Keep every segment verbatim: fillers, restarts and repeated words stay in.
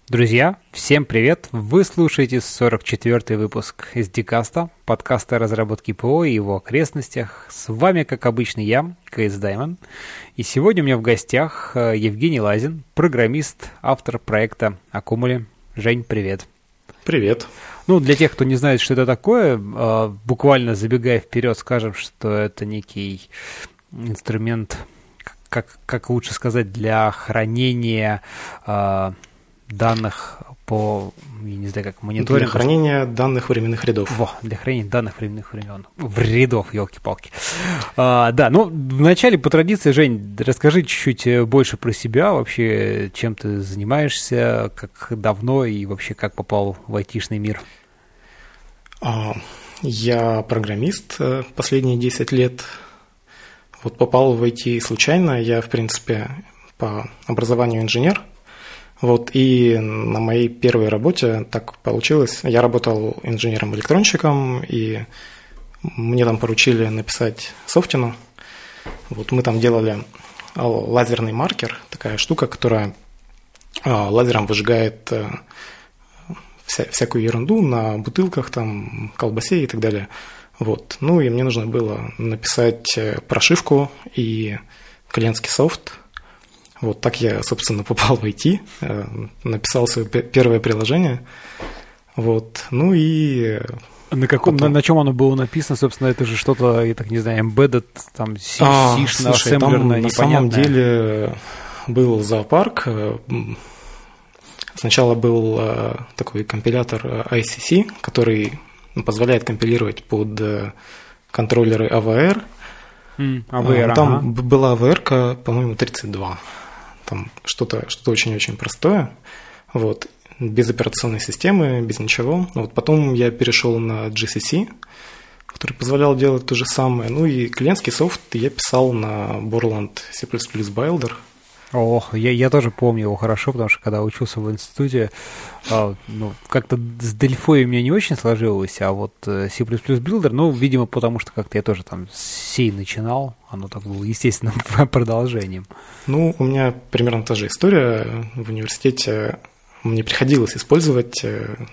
Друзья, всем привет! Вы слушаете сорок четвёртый выпуск эс ди каста, подкаста о разработке ПО и его окрестностях. С вами, как обычно, я, КСДаймон. И сегодня у меня в гостях Евгений Лазин, программист, автор проекта Аккумули. Жень, привет! Привет! Ну, для тех, кто не знает, что это такое, буквально забегая вперед, скажем, что это некий инструмент, как, как лучше сказать, для хранения данных по, я не знаю, как мониторинг. Для хранения данных временных рядов. Во, для хранения данных временных времен. В рядов, елки-палки. А, да, ну, вначале по традиции, Жень, расскажи чуть-чуть больше про себя, вообще, чем ты занимаешься, как давно и вообще как попал в айтишный мир. А, я программист последние десять лет. Вот попал в ай ти случайно. Я, в принципе, по образованию инженер. Вот, и на моей первой работе так получилось. Я работал инженером-электронщиком, и мне там поручили написать софтину. Вот мы там делали лазерный маркер, такая штука, которая лазером выжигает вся, всякую ерунду на бутылках, там, колбасе и так далее. Вот. Ну и мне нужно было написать прошивку и клиентский софт. Вот так я, собственно, попал в ай ти, написал свое первое приложение. Вот. Ну и... На каком, потом... на, на чем оно было написано, собственно, это же что-то, я так не знаю, embedded, там, C-шно, ассемблерное, непонятное. На самом деле был зоопарк. Сначала был такой компилятор ай си си, который позволяет компилировать под контроллеры эй ви ар. Mm, эй ви ар, Там ага. была эй ви ар-ка, по-моему, тридцать два. Там что-то, что-то очень-очень простое, вот, без операционной системы, без ничего. Вот потом я перешел на джи си си, который позволял делать то же самое. Ну и клиентский софт я писал на Borland C++ Builder. Ох, я, я тоже помню его хорошо, потому что когда учился в институте, а, ну, как-то с Delphi у меня не очень сложилось, а вот C++ Builder, ну, видимо, потому что как-то я тоже там с C начинал, оно так было естественным продолжением. Ну, у меня примерно та же история. В университете мне приходилось использовать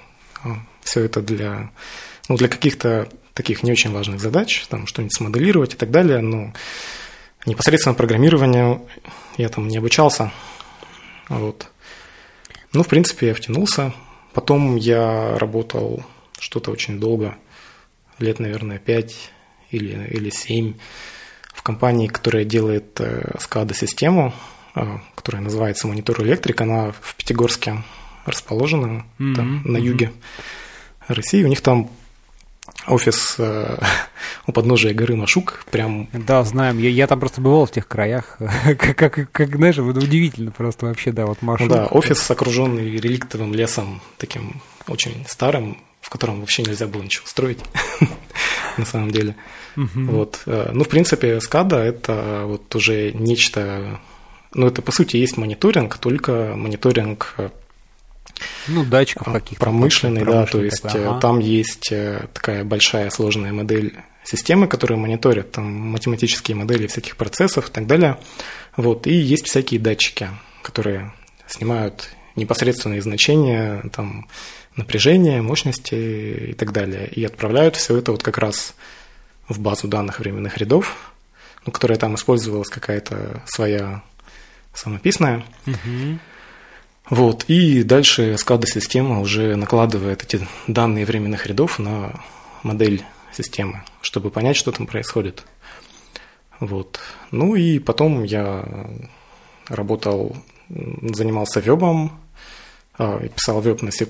все это для, ну, для каких-то таких не очень важных задач, там что-нибудь смоделировать и так далее, но непосредственно программированию я там не обучался. Вот. Ну, в принципе, я втянулся. Потом я работал что-то очень долго, лет, наверное, пять или, или семь, в компании, которая делает скада-систему, которая называется Monitor Electric. Она в Пятигорске расположена, mm-hmm. там, на юге России. У них там офис э, у подножия горы Машук, прям... Да, знаем, я, я там просто бывал в тех краях, как, как, как, знаешь, удивительно просто вообще, да, вот Машук. Да, офис, окруженный реликтовым лесом, таким очень старым, в котором вообще нельзя было ничего строить, на самом деле. Вот. Ну, в принципе, скада – это вот уже нечто... Ну, это, по сути, есть мониторинг, только мониторинг... Ну, датчиков каких-то. Промышленный, да, то есть такой, ага. Там есть такая большая сложная модель системы, которая мониторит там математические модели всяких процессов и так далее. Вот, и есть всякие датчики, которые снимают непосредственные значения там, напряжения, мощности и так далее, и отправляют все это вот как раз в базу данных временных рядов, ну, которая там использовалась какая-то своя самописная. Угу. Вот, и дальше скада-система уже накладывает эти данные временных рядов на модель системы, чтобы понять, что там происходит. Вот. Ну и потом я работал, занимался вебом, писал веб на C++.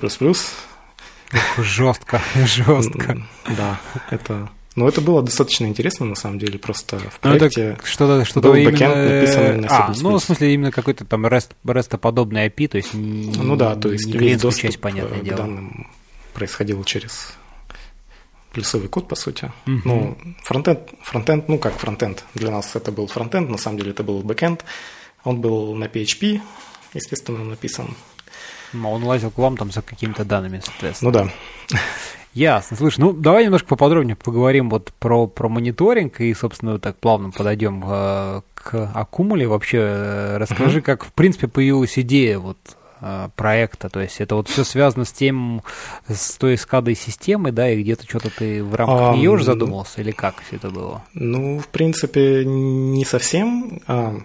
Жестко, жестко. Да, это... Но это было достаточно интересно, на самом деле, просто в проекте ну, что-то, что-то был именно... бэкэнд, написанный на C++. А, ну, в смысле, именно какой-то там REST, REST-подобный ай пи, то есть не, ну, да, то есть не весь доступ часть, понятное к дело. данным происходил через плюсовый код, по сути. Uh-huh. Ну, фронтенд, фронтенд, ну, как фронтенд, для нас это был фронтенд, на самом деле это был бэкэнд. Он был на пи эйч пи, естественно, написан. Он лазил к вам там за какими-то данными, соответственно. Ну, да. Ясно. Слушай, ну давай немножко поподробнее поговорим вот про, про мониторинг и, собственно, вот так плавно подойдем э, к Аккумуле. Вообще расскажи, uh-huh. как, в принципе, появилась идея вот проекта? То есть это вот все связано с тем, с той эскадой системы, да, и где-то что-то ты в рамках а, нее уже задумался, или как все это было? Ну, в принципе, не совсем.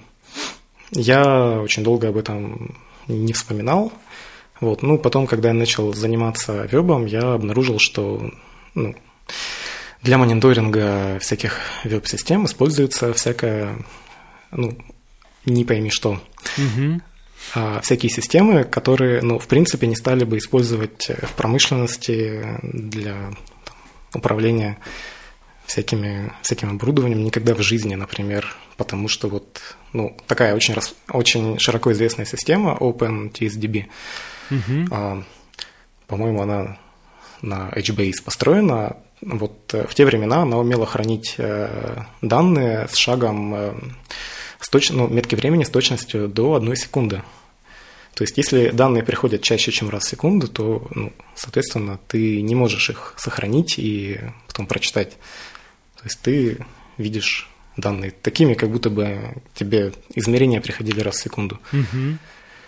Я очень долго об этом не вспоминал. Вот. Ну, потом, когда я начал заниматься вебом, я обнаружил, что ну, для мониторинга всяких веб-систем используется всякое, ну, не пойми что. Угу. А всякие системы, которые, ну, в принципе, не стали бы использовать в промышленности для там, управления всякими, всяким оборудованием никогда в жизни, например, потому что вот, ну, такая очень, рас, очень широко известная система OpenTSDB, угу. а, по-моему, она на эйч бейс построена. Вот в те времена она умела хранить данные с шагом, с точ... ну, метки времени с точностью до одной секунды. То есть, если данные приходят чаще, чем раз в секунду, то, ну, соответственно, ты не можешь их сохранить и потом прочитать. То есть, ты видишь данные такими, как будто бы тебе измерения приходили раз в секунду. Mm-hmm.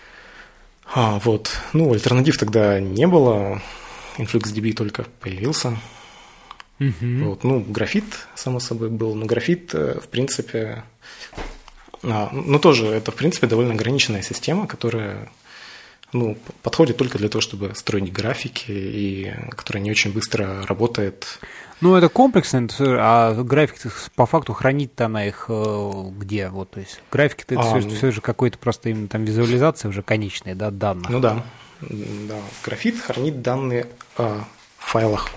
А, вот. Ну, альтернатив тогда не было. InfluxDB только появился. Mm-hmm. Вот. Ну, графит, само собой, был. Но графит, в принципе... А, ну, тоже это, в принципе, довольно ограниченная система, которая ну, подходит только для того, чтобы строить графики, и которая не очень быстро работает. Ну, это комплексно, а графики по факту хранить-то она их где? Вот, то есть графики-то это а, все, все же какой-то просто именно там визуализация уже конечная, да, данных. Ну да, да. Графит хранит данные а, в файлах.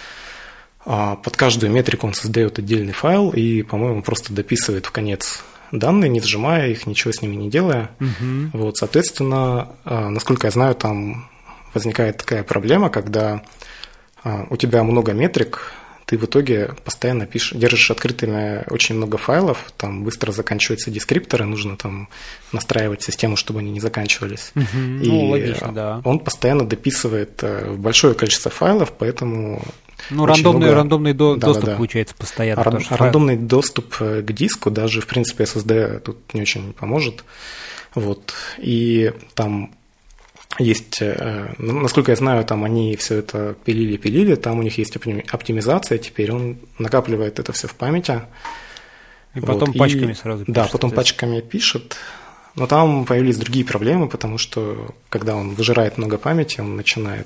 А, под каждую метрику он создает отдельный файл и, по-моему, просто дописывает в конец данные, не сжимая их, ничего с ними не делая. Угу. Вот, соответственно, насколько я знаю, там возникает такая проблема, когда у тебя много метрик, ты в итоге постоянно пишешь, держишь открытыми очень много файлов, там быстро заканчиваются дескрипторы, нужно там настраивать систему, чтобы они не заканчивались. Угу. И ну, логично, да. Он постоянно дописывает в большое количество файлов, поэтому... Ну, рандомный, много... рандомный до... да, доступ да, да. получается постоянно. Ран... Рандомный файл... доступ к диску, даже, в принципе, эс эс ди тут не очень поможет. Вот. И там есть, насколько я знаю, там они все это пилили-пилили, там у них есть оптимизация, теперь он накапливает это все в памяти. И потом вот. пачками и... сразу пишет. Да, потом пачками пишет. Но там появились другие проблемы, потому что, когда он выжирает много памяти, он начинает...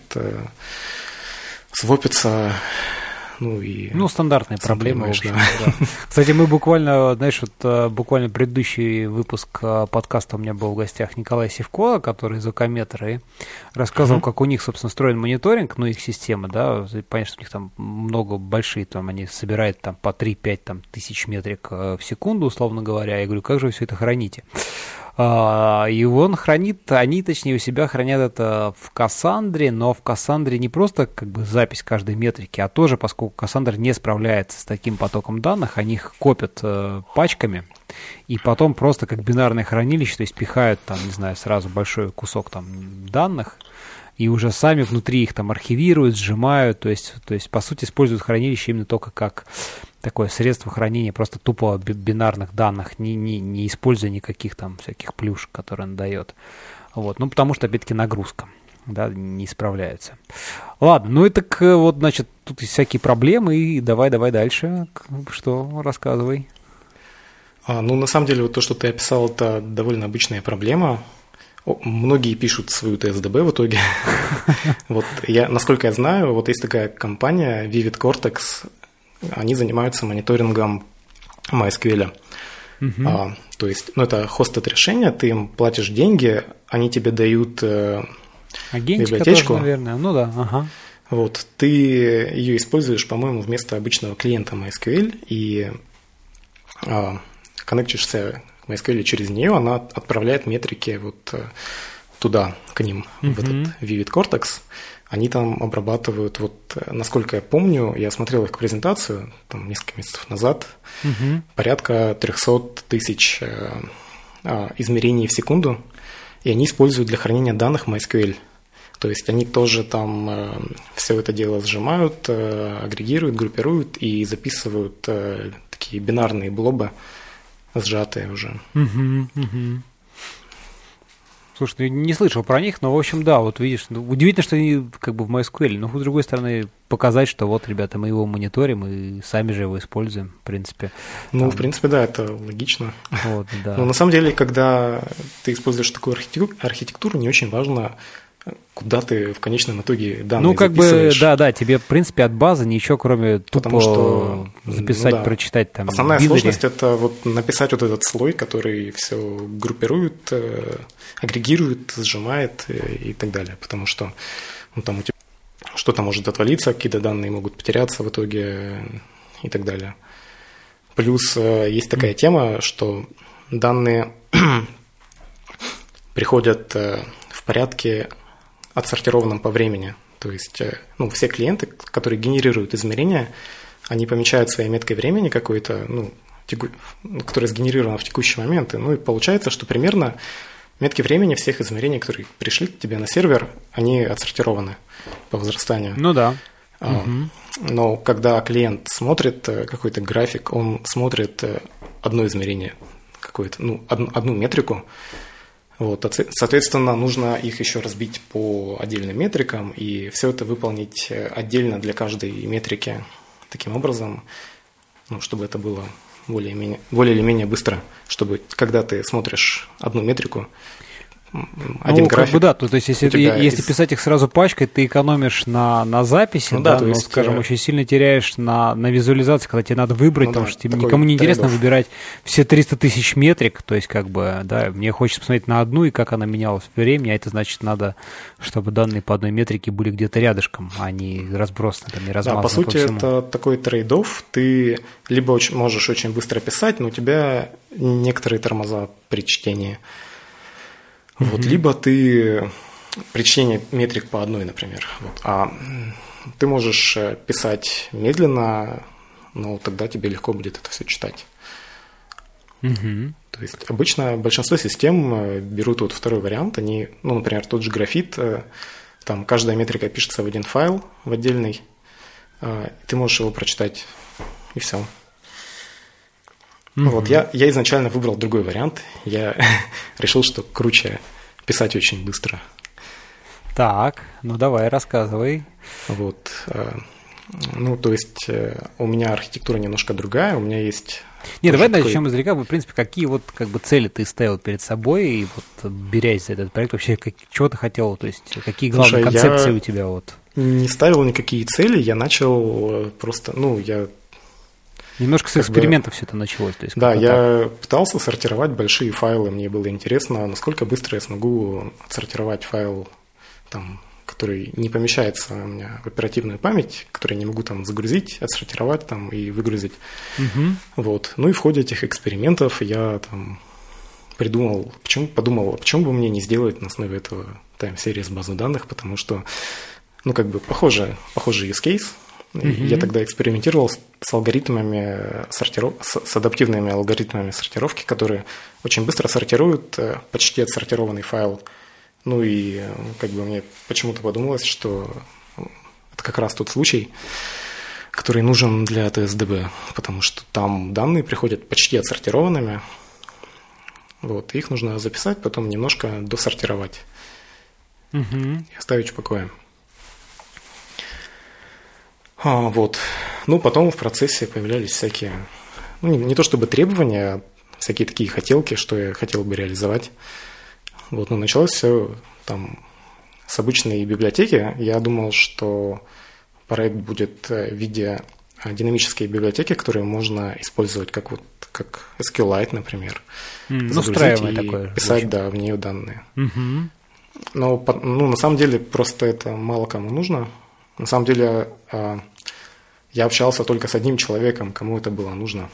свопится, ну и... Ну, стандартные проблемы, в общем, да. Кстати, мы буквально, знаешь, вот буквально предыдущий выпуск подкаста у меня был в гостях Николай Сивко, который из Окометра, и рассказывал, uh-huh. как у них, собственно, строен мониторинг, ну, их система, да, понятно, что у них там много большие, там, они собирают там по три-пять там, тысяч метрик в секунду, условно говоря. Я говорю, как же вы все это храните? И он хранит, они, точнее, у себя хранят это в Кассандре, но в Кассандре не просто как бы запись каждой метрики, а тоже, поскольку Кассандра не справляется с таким потоком данных, они их копят э, пачками и потом просто как бинарное хранилище, то есть пихают там, не знаю, сразу большой кусок там данных и уже сами внутри их там архивируют, сжимают, то есть, то есть по сути используют хранилище именно только как такое средство хранения просто тупо бинарных данных, не, не, не используя никаких там всяких плюшек, которые он дает. Вот. Ну, потому что, опять-таки, нагрузка, да, не справляется. Ладно, ну и так вот, значит, тут есть всякие проблемы, и давай-давай дальше. Что? Рассказывай. А, ну, на самом деле, вот то, что ты описал, это довольно обычная проблема. О, многие пишут свою ти эс ди би в итоге. Вот я, насколько я знаю, вот есть такая компания Vivid Cortex. Они занимаются мониторингом MySQL. Uh-huh. А, то есть, ну, это хостед решение, ты им платишь деньги, они тебе дают э, библиотечку. Тоже, наверное. Ну да, ага. Вот, ты ее используешь, по-моему, вместо обычного клиента MySQL и а, коннектишься к MySQL через нее, она отправляет метрики вот туда, к ним, uh-huh. в этот Vivid Cortex. Они там обрабатывают, вот, насколько я помню, я смотрел их презентацию там несколько месяцев назад, угу. порядка триста тысяч э, э, измерений в секунду, и они используют для хранения данных MySQL. То есть они тоже там э, все это дело сжимают, э, агрегируют, группируют и записывают э, такие бинарные блобы, сжатые уже. Угу, угу. Слушай, ну, не слышал про них, но, в общем, да, вот видишь, ну, удивительно, что они как бы в MySQL, но, с другой стороны, показать, что вот, ребята, мы его мониторим и сами же его используем, в принципе. Ну, там... в принципе, да, это логично. Вот, да. Но на самом деле, когда ты используешь такую архитектуру, не очень важно, куда ты в конечном итоге данные Ну, как записываешь. бы, да, да, тебе, в принципе, от базы ничего, кроме Потому тупо что, записать, ну, да. прочитать там. Основная бидери. сложность – это вот написать вот этот слой, который все группирует, агрегирует, сжимает и так далее. Потому что ну, там у тебя что-то может отвалиться, какие-то данные могут потеряться в итоге и так далее. Плюс есть такая mm. тема, что данные приходят в порядке отсортированном по времени. То есть ну, все клиенты, которые генерируют измерения, они помечают своей меткой времени какой-то, ну, теку... которая сгенерирована в текущий момент. Ну и получается, что примерно метки времени всех измерений, которые пришли к тебе на сервер, они отсортированы по возрастанию. Ну да. А, угу. Но когда клиент смотрит какой-то график, он смотрит одно измерение, какое-то, ну, одну, одну метрику. Вот, соответственно, нужно их еще разбить по отдельным метрикам и все это выполнить отдельно для каждой метрики таким образом, ну, чтобы это было более, более или менее быстро, чтобы когда ты смотришь одну метрику, один ну, график. Как бы да, то, то есть если, если из... писать их сразу пачкой, ты экономишь на, на записи, ну, да, да, то но, есть, скажем, очень сильно теряешь на, на визуализации, когда тебе надо выбрать, ну, потому да, что тебе никому не интересно выбирать все триста тысяч метрик, то есть как бы, да, мне хочется посмотреть на одну и как она менялась в времени, а это значит надо, чтобы данные по одной метрике были где-то рядышком, а не разбросаны, там, не размазаны. Да, по сути, по всему. Это такой трейд-офф, ты либо очень, можешь очень быстро писать, но у тебя некоторые тормоза при чтении. Вот, mm-hmm. Либо ты при чтении метрик по одной, например, вот, а ты можешь писать медленно, но тогда тебе легко будет это все читать. Mm-hmm. То есть обычно большинство систем берут вот второй вариант, они, ну, например, тот же графит, там каждая метрика пишется в один файл, в отдельный, ты можешь его прочитать, и все. Mm-hmm. Вот, я, я изначально выбрал другой вариант. Я решил, что круче писать очень быстро. Так, ну давай, рассказывай. Вот, ну, то есть у меня архитектура немножко другая, у меня есть... Не, давай такой... начнем издалека. В принципе, какие вот как бы цели ты ставил перед собой, и вот берясь за этот проект, вообще как, чего ты хотел, то есть какие главные Слушай, концепции у тебя? Вот? Не ставил никакие цели, я начал просто, ну, я... Немножко с экспериментов бы... все это началось. То есть да, я так. пытался сортировать большие файлы, мне было интересно, насколько быстро я смогу отсортировать файл, там, который не помещается у меня в оперативную память, который я не могу там загрузить, отсортировать там, и выгрузить. Угу. Вот. Ну и в ходе этих экспериментов я там придумал, почему, подумал, почему бы мне не сделать на основе этого тайм-серии с базы данных, потому что, ну, как бы похоже, похожий use case. Mm-hmm. Я тогда экспериментировал с, с алгоритмами сортиров... с, с адаптивными алгоритмами сортировки, которые очень быстро сортируют почти отсортированный файл. Ну и как бы мне почему-то подумалось, что это как раз тот случай, который нужен для ти эс ди би, потому что там данные приходят почти отсортированными. Вот, их нужно записать, потом немножко досортировать mm-hmm. и оставить в покое. А, вот. Ну, потом в процессе появлялись всякие, ну, не, не то чтобы требования, а всякие такие хотелки, что я хотел бы реализовать. Вот, но началось все там с обычной библиотеки. Я думал, что проект будет в виде динамической библиотеки, которую можно использовать как вот как SQLite, например. Mm, загрузить и такое писать, да, в нее данные. Mm-hmm. Но ну, на самом деле просто это мало кому нужно. На самом деле я общался только с одним человеком, кому это было нужно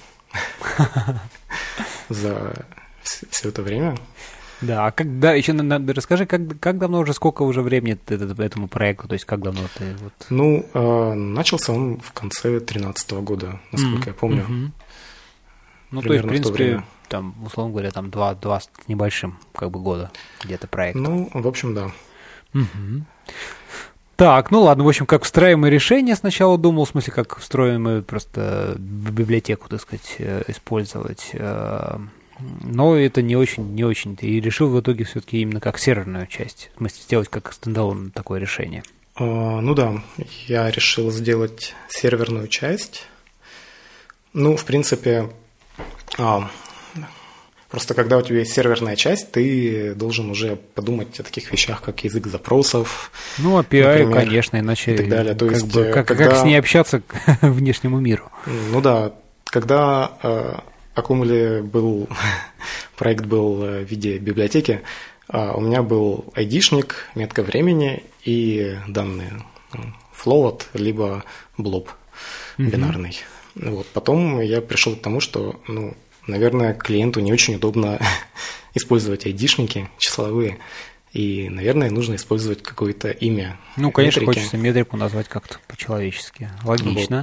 за все это время. Да, а когда еще надо, расскажи, как, как давно уже, сколько уже времени ты, этому проекту, то есть как давно ты вот... Ну, э, начался он в конце две тысячи тринадцатого года, насколько mm-hmm. я помню. Mm-hmm. Ну, то есть, в принципе, в там, условно говоря, там два, два с небольшим как бы года где-то проект. Ну, в общем, да. Mm-hmm. Так, ну ладно, в общем, как встраиваемое решение сначала думал, в смысле, как встроимую просто библиотеку, так сказать, использовать. но это не очень, не очень. И решил в итоге все-таки именно как серверную часть, в смысле сделать как стендалон такое решение. А, ну да, я решил сделать серверную часть. Ну, в принципе, а, просто когда у тебя есть серверная часть, ты должен уже подумать о таких вещах, как язык запросов. Ну, эй пи ай, например, конечно, иначе и так далее. То как, есть, бы, как, когда... как с ней общаться к внешнему миру. Ну да, когда э, Акумуле был, проект был в виде библиотеки, э, у меня был айдишник, метка времени и данные. Float, либо blob mm-hmm. бинарный. Вот. Потом я пришел к тому, что, ну, наверное, клиенту не очень удобно использовать айдишники числовые, и, наверное, нужно использовать какое-то имя. Ну, конечно, метрики. Хочется метрику назвать как-то по-человечески. Логично.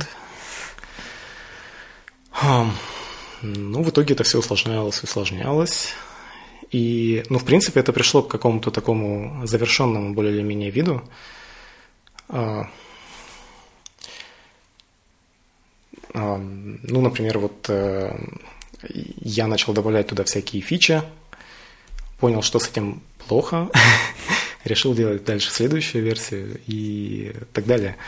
Вот. Ну, в итоге это все усложнялось, усложнялось. И, ну, в принципе, это пришло к какому-то такому завершенному более или менее виду. Ну, например, вот я начал добавлять туда всякие фичи, понял, что с этим плохо, решил делать дальше следующую версию и так далее.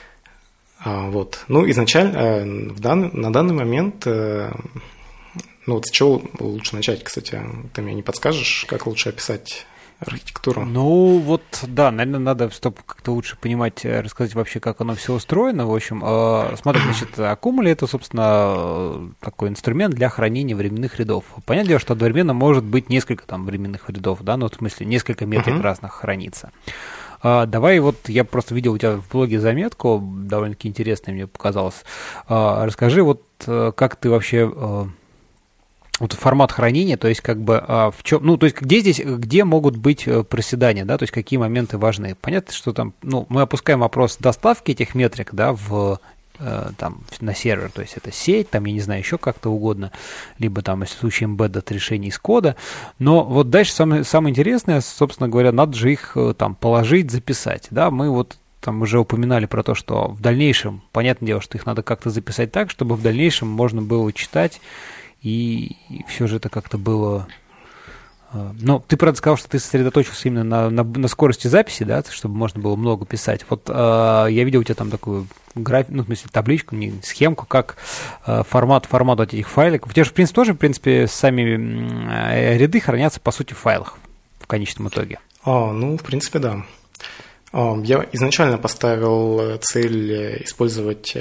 Вот. Ну, изначально, в дан... на данный момент, ну, вот с чего лучше начать, кстати, ты мне не подскажешь, как лучше описать архитектуру? Ну, вот, да, наверное, надо, чтобы как-то лучше понимать, рассказать вообще, как оно все устроено. В общем, э, смотри, значит, Акумуле — это, собственно, такой инструмент для хранения временных рядов. Понятное дело, что одновременно может быть несколько там временных рядов, да, ну, в смысле, несколько метрик uh-huh. разных хранится. Uh, давай вот, я просто видел у тебя в блоге заметку, довольно-таки интересная мне показалась. Uh, расскажи, вот, uh, как ты вообще... Uh, Вот формат хранения, то есть как бы а, в чем, ну то есть где здесь, где могут быть проседания, да, то есть какие моменты важны. Понятно, что там, ну мы опускаем вопрос доставки этих метрик, да, в э, там на сервер, то есть это сеть, там я не знаю еще как-то угодно, либо там если в случае embedded решений из кода, но вот дальше самое самое интересное, собственно говоря, надо же их там положить, записать, да, мы вот там уже упоминали про то, что в дальнейшем, понятное дело, что их надо как-то записать так, чтобы в дальнейшем можно было читать. И, и все же это как-то было... Но ты, правда, сказал, что ты сосредоточился именно на, на, на скорости записи, да, чтобы можно было много писать. Вот э, я видел у тебя там такую графику, ну, в смысле, табличку, не, схемку, как э, формат, формат вот этих файликов. У тебя же, в принципе, тоже, в принципе, сами э, ряды хранятся, по сути, в файлах в конечном итоге. А, ну, в принципе, да. Я изначально поставил цель использовать...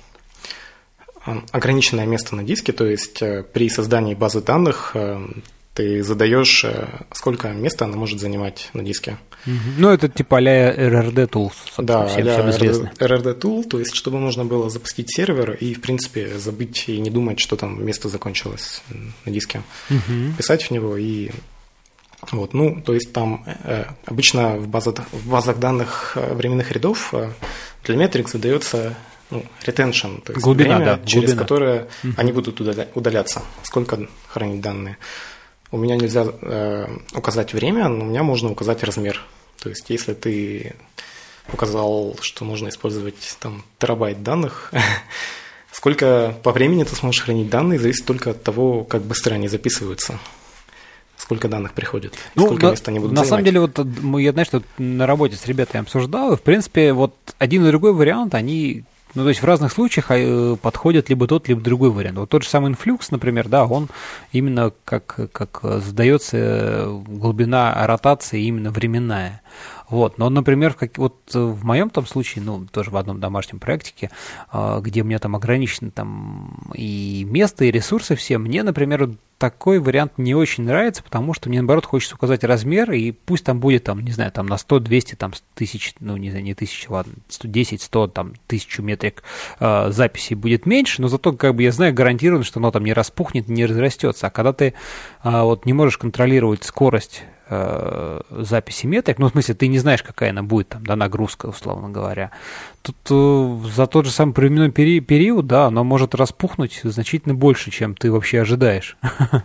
ограниченное место на диске, то есть при создании базы данных ты задаешь, сколько места она может занимать на диске. Mm-hmm. Ну, это типа а-ля эр эр ди Tool, да, всем, всем известно. эр эр ди Tool, то есть чтобы можно было запустить сервер и, в принципе, забыть и не думать, что там место закончилось на диске. Mm-hmm. Писать в него и... Вот, ну, то есть там э, обычно в базах, в базах данных временных рядов э, для метрик задается... Ну, retention, то есть глубина, время, да, через глубина. которое uh-huh. они будут удаля- удаляться, сколько хранить данные. У меня нельзя э, указать время, но у меня можно указать размер. То есть если ты указал, что можно использовать там терабайт данных, сколько по времени ты сможешь хранить данные, зависит только от того, как быстро они записываются. Сколько данных приходит, ну, сколько на, места они будут на занимать. самом деле, вот мы, я знаю, что на работе с ребятами обсуждал, и, в принципе, вот один и другой вариант, они, ну, то есть в разных случаях подходят либо тот, либо другой вариант. Вот тот же самый Influx, например, да, он именно как, как задается глубина ротации именно временная. Вот, но, например, как, вот в моем там случае, ну, тоже в одном домашнем проектике, где у меня там ограничено там и место, и ресурсы все, мне, например, такой вариант не очень нравится, потому что мне, наоборот, хочется указать размер, и пусть там будет, там, не знаю, там на сто, двести, там, тысяч, ну, не знаю, не тысячи, ладно, сто десять, сто, там, тысячу метрик э, записей будет меньше, но зато, как бы, я знаю гарантированно, что оно там не распухнет, не разрастется. А когда ты э, вот не можешь контролировать скорость записи метрик, ну, в смысле, ты не знаешь, какая она будет, там, да, нагрузка, условно говоря. Тут э, за тот же самый временной пери- период, да, оно может распухнуть значительно больше, чем ты вообще ожидаешь.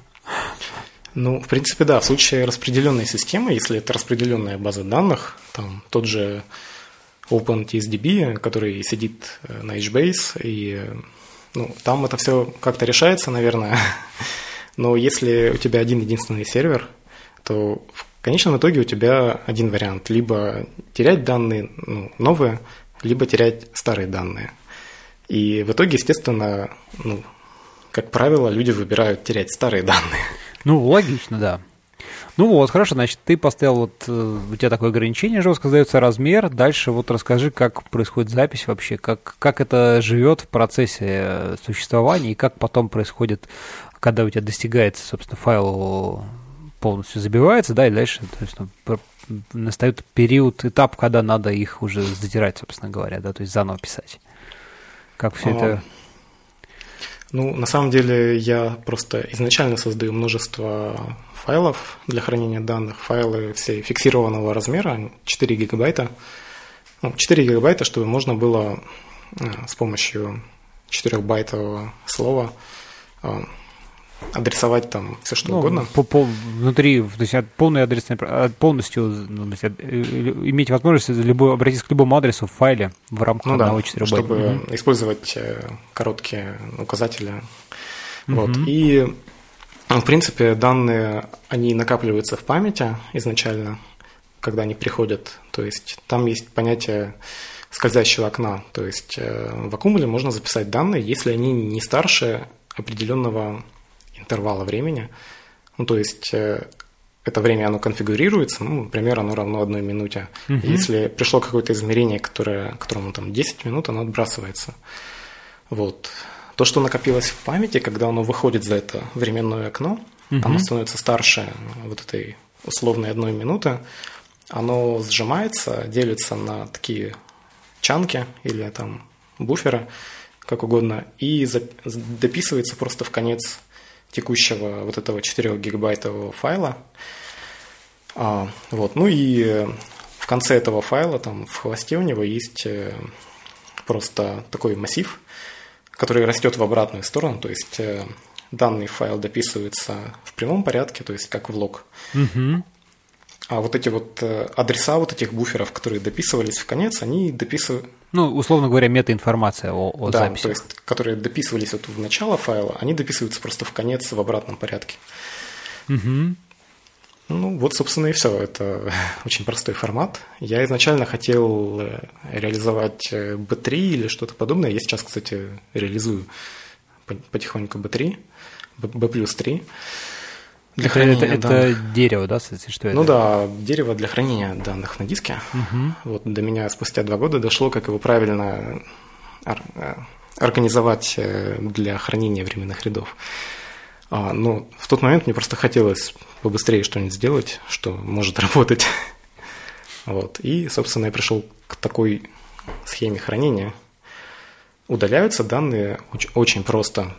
Ну, в принципе, да, в случае распределенной системы, если это распределенная база данных, там тот же OpenTSDB, который сидит на H-Base, и ну, там это все как-то решается, наверное. Но если у тебя один единственный сервер, то в конечном итоге у тебя один вариант. Либо терять данные ну, новые, либо терять старые данные. И в итоге, естественно, ну, как правило, люди выбирают терять старые данные. Ну, логично, да. Ну вот, хорошо, значит, ты поставил, вот у тебя такое ограничение, жестко сдается размер. Дальше вот расскажи, как происходит запись вообще, как, как это живет в процессе существования и как потом происходит, когда у тебя достигается, собственно, файл полностью забивается, да, и дальше, то есть, ну, настает период, этап, когда надо их уже затирать, собственно говоря, да, то есть заново писать. Как все а, это... Ну, на самом деле, я просто изначально создаю множество файлов для хранения данных. Файлы все фиксированного размера, четыре гигабайта. Ну, четыре гигабайта, чтобы можно было с помощью четырехбайтового слова адресовать там все, что ну, угодно. По, по, внутри, то есть полный адрес, полностью ну, то есть, иметь возможность любой, обратиться к любому адресу в файле в рамках ну, одного да, четыре байта. Чтобы угу. использовать короткие указатели. Угу. Вот. И, в принципе, данные, они накапливаются в памяти изначально, когда они приходят. То есть там есть понятие скользящего окна. То есть в аккумуле можно записать данные, если они не старше определенного интервала времени. Ну, то есть э, это время оно конфигурируется, ну, например, оно равно одной минуте. Uh-huh. Если пришло какое-то измерение, которое, которому там десять минут, оно отбрасывается. Вот. То, что накопилось в памяти, когда оно выходит за это временное окно, uh-huh. оно становится старше вот этой условной одной минуты, оно сжимается, делится на такие чанки или там буферы, как угодно, и дописывается просто в конец текущего вот этого четырехгигабайтового файла. А, вот. Ну и в конце этого файла, там в хвосте у него есть просто такой массив, который растет в обратную сторону, то есть данный файл дописывается в прямом порядке, то есть как в лог. Угу. А вот эти вот адреса вот этих буферов, которые дописывались в конец, они дописывают... Ну, условно говоря, метаинформация о, о да, записи. То есть, которые дописывались вот в начало файла, они дописываются просто в конец в обратном порядке. Угу. Ну, вот, собственно, и все. Это очень простой формат. Я изначально хотел реализовать би три или что-то подобное. Я сейчас, кстати, реализую потихоньку би три, би плюс три. Для это, хранения это, это дерево, да, что это? Ну да, дерево для хранения данных на диске. Угу. Вот до меня спустя два года дошло, как его правильно организовать для хранения временных рядов. А, но в тот момент мне просто хотелось побыстрее что-нибудь сделать, что может работать. Вот. И, собственно, я пришел к такой схеме хранения. Удаляются данные очень просто.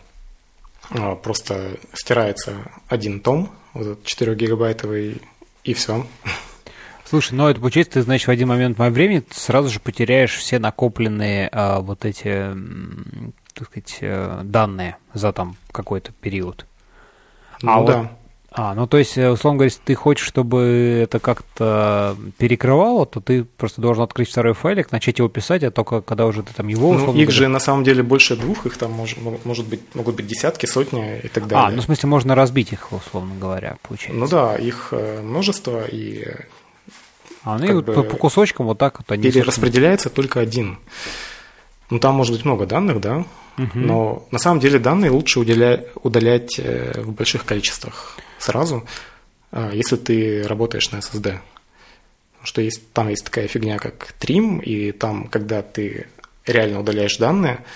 Просто стирается один том, вот этот четырехгигабайтовый, и все. Слушай, ну это получается, ты, значит, в один момент времени сразу же потеряешь все накопленные а, вот эти, так сказать, данные за там какой-то период. Ну а да. Вот, а, ну то есть, условно говоря, если ты хочешь, чтобы это как-то перекрывало, то ты просто должен открыть второй файлик, начать его писать, а только когда уже ты там его... Ну, их говоря... же на самом деле больше двух, их там может, может быть, могут быть десятки, сотни и так далее. А, ну в смысле можно разбить их, условно говоря, получается. Ну да, их множество, и... А, ну и вот по, по кусочкам вот так вот они... Перераспределяется только один. Ну там может быть много данных, да, угу. Но на самом деле данные лучше уделя... удалять в больших количествах сразу, если ты работаешь на эс эс ди. Потому что есть, там есть такая фигня, как трим, и там, когда ты реально удаляешь данные,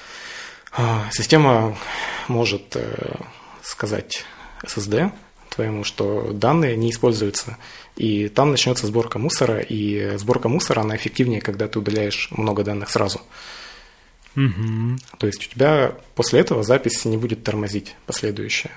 система может сказать эс эс ди твоему, что данные не используются. И там начнется сборка мусора, и сборка мусора, она эффективнее, когда ты удаляешь много данных сразу. Угу. То есть у тебя после этого запись не будет тормозить последующая.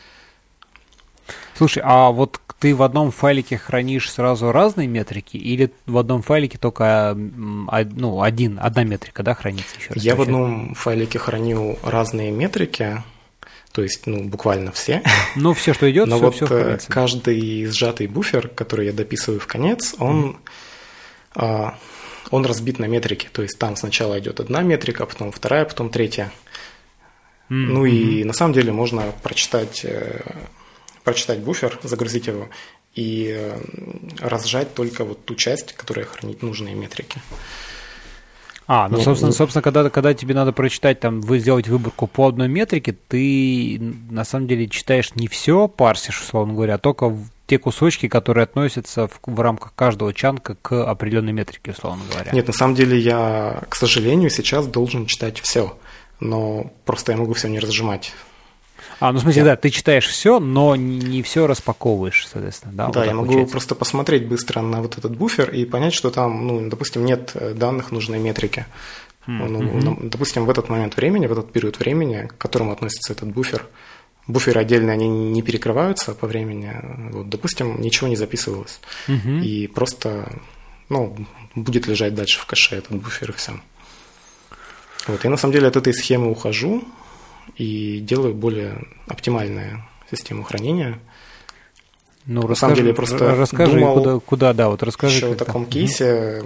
Слушай, а вот ты в одном файлике хранишь сразу разные метрики, или в одном файлике только ну, один, одна метрика, да, хранится еще раз? Я в одном файлике храню разные метрики, то есть, ну, буквально все. Ну, все, что идет, но все, вот все хранится. Каждый сжатый буфер, который я дописываю в конец, он, mm-hmm. он разбит на метрики. То есть там сначала идет одна метрика, потом вторая, потом третья. Ну и на самом деле можно прочитать, прочитать буфер, загрузить его и разжать только вот ту часть, которая хранит нужные метрики. А, ну, собственно, собственно когда, когда тебе надо прочитать, там, вы сделать выборку по одной метрике, ты на самом деле читаешь не все, парсишь, условно говоря, а только те кусочки, которые относятся в, в рамках каждого чанка к определенной метрике, условно говоря. Нет, на самом деле я, к сожалению, сейчас должен читать все, но просто я могу все не разжимать. А, ну в смысле, да, ты читаешь все, но не все распаковываешь, соответственно, да? Да, вот я могу получается. Просто посмотреть быстро на вот этот буфер и понять, что там, ну, допустим, нет данных нужной метрики. Mm-hmm. Ну, допустим, в этот момент времени, в этот период времени, к которому относится этот буфер, буферы отдельно, они не перекрываются по времени. Вот, допустим, ничего не записывалось. Mm-hmm. И просто, ну, будет лежать дальше в кэше этот буфер и все. Вот, я на самом деле от этой схемы ухожу и делаю более оптимальную систему хранения. Ну, на расскажи, самом деле, я просто расскажи, думал куда, куда, да, вот расскажи. еще о таком кейсе.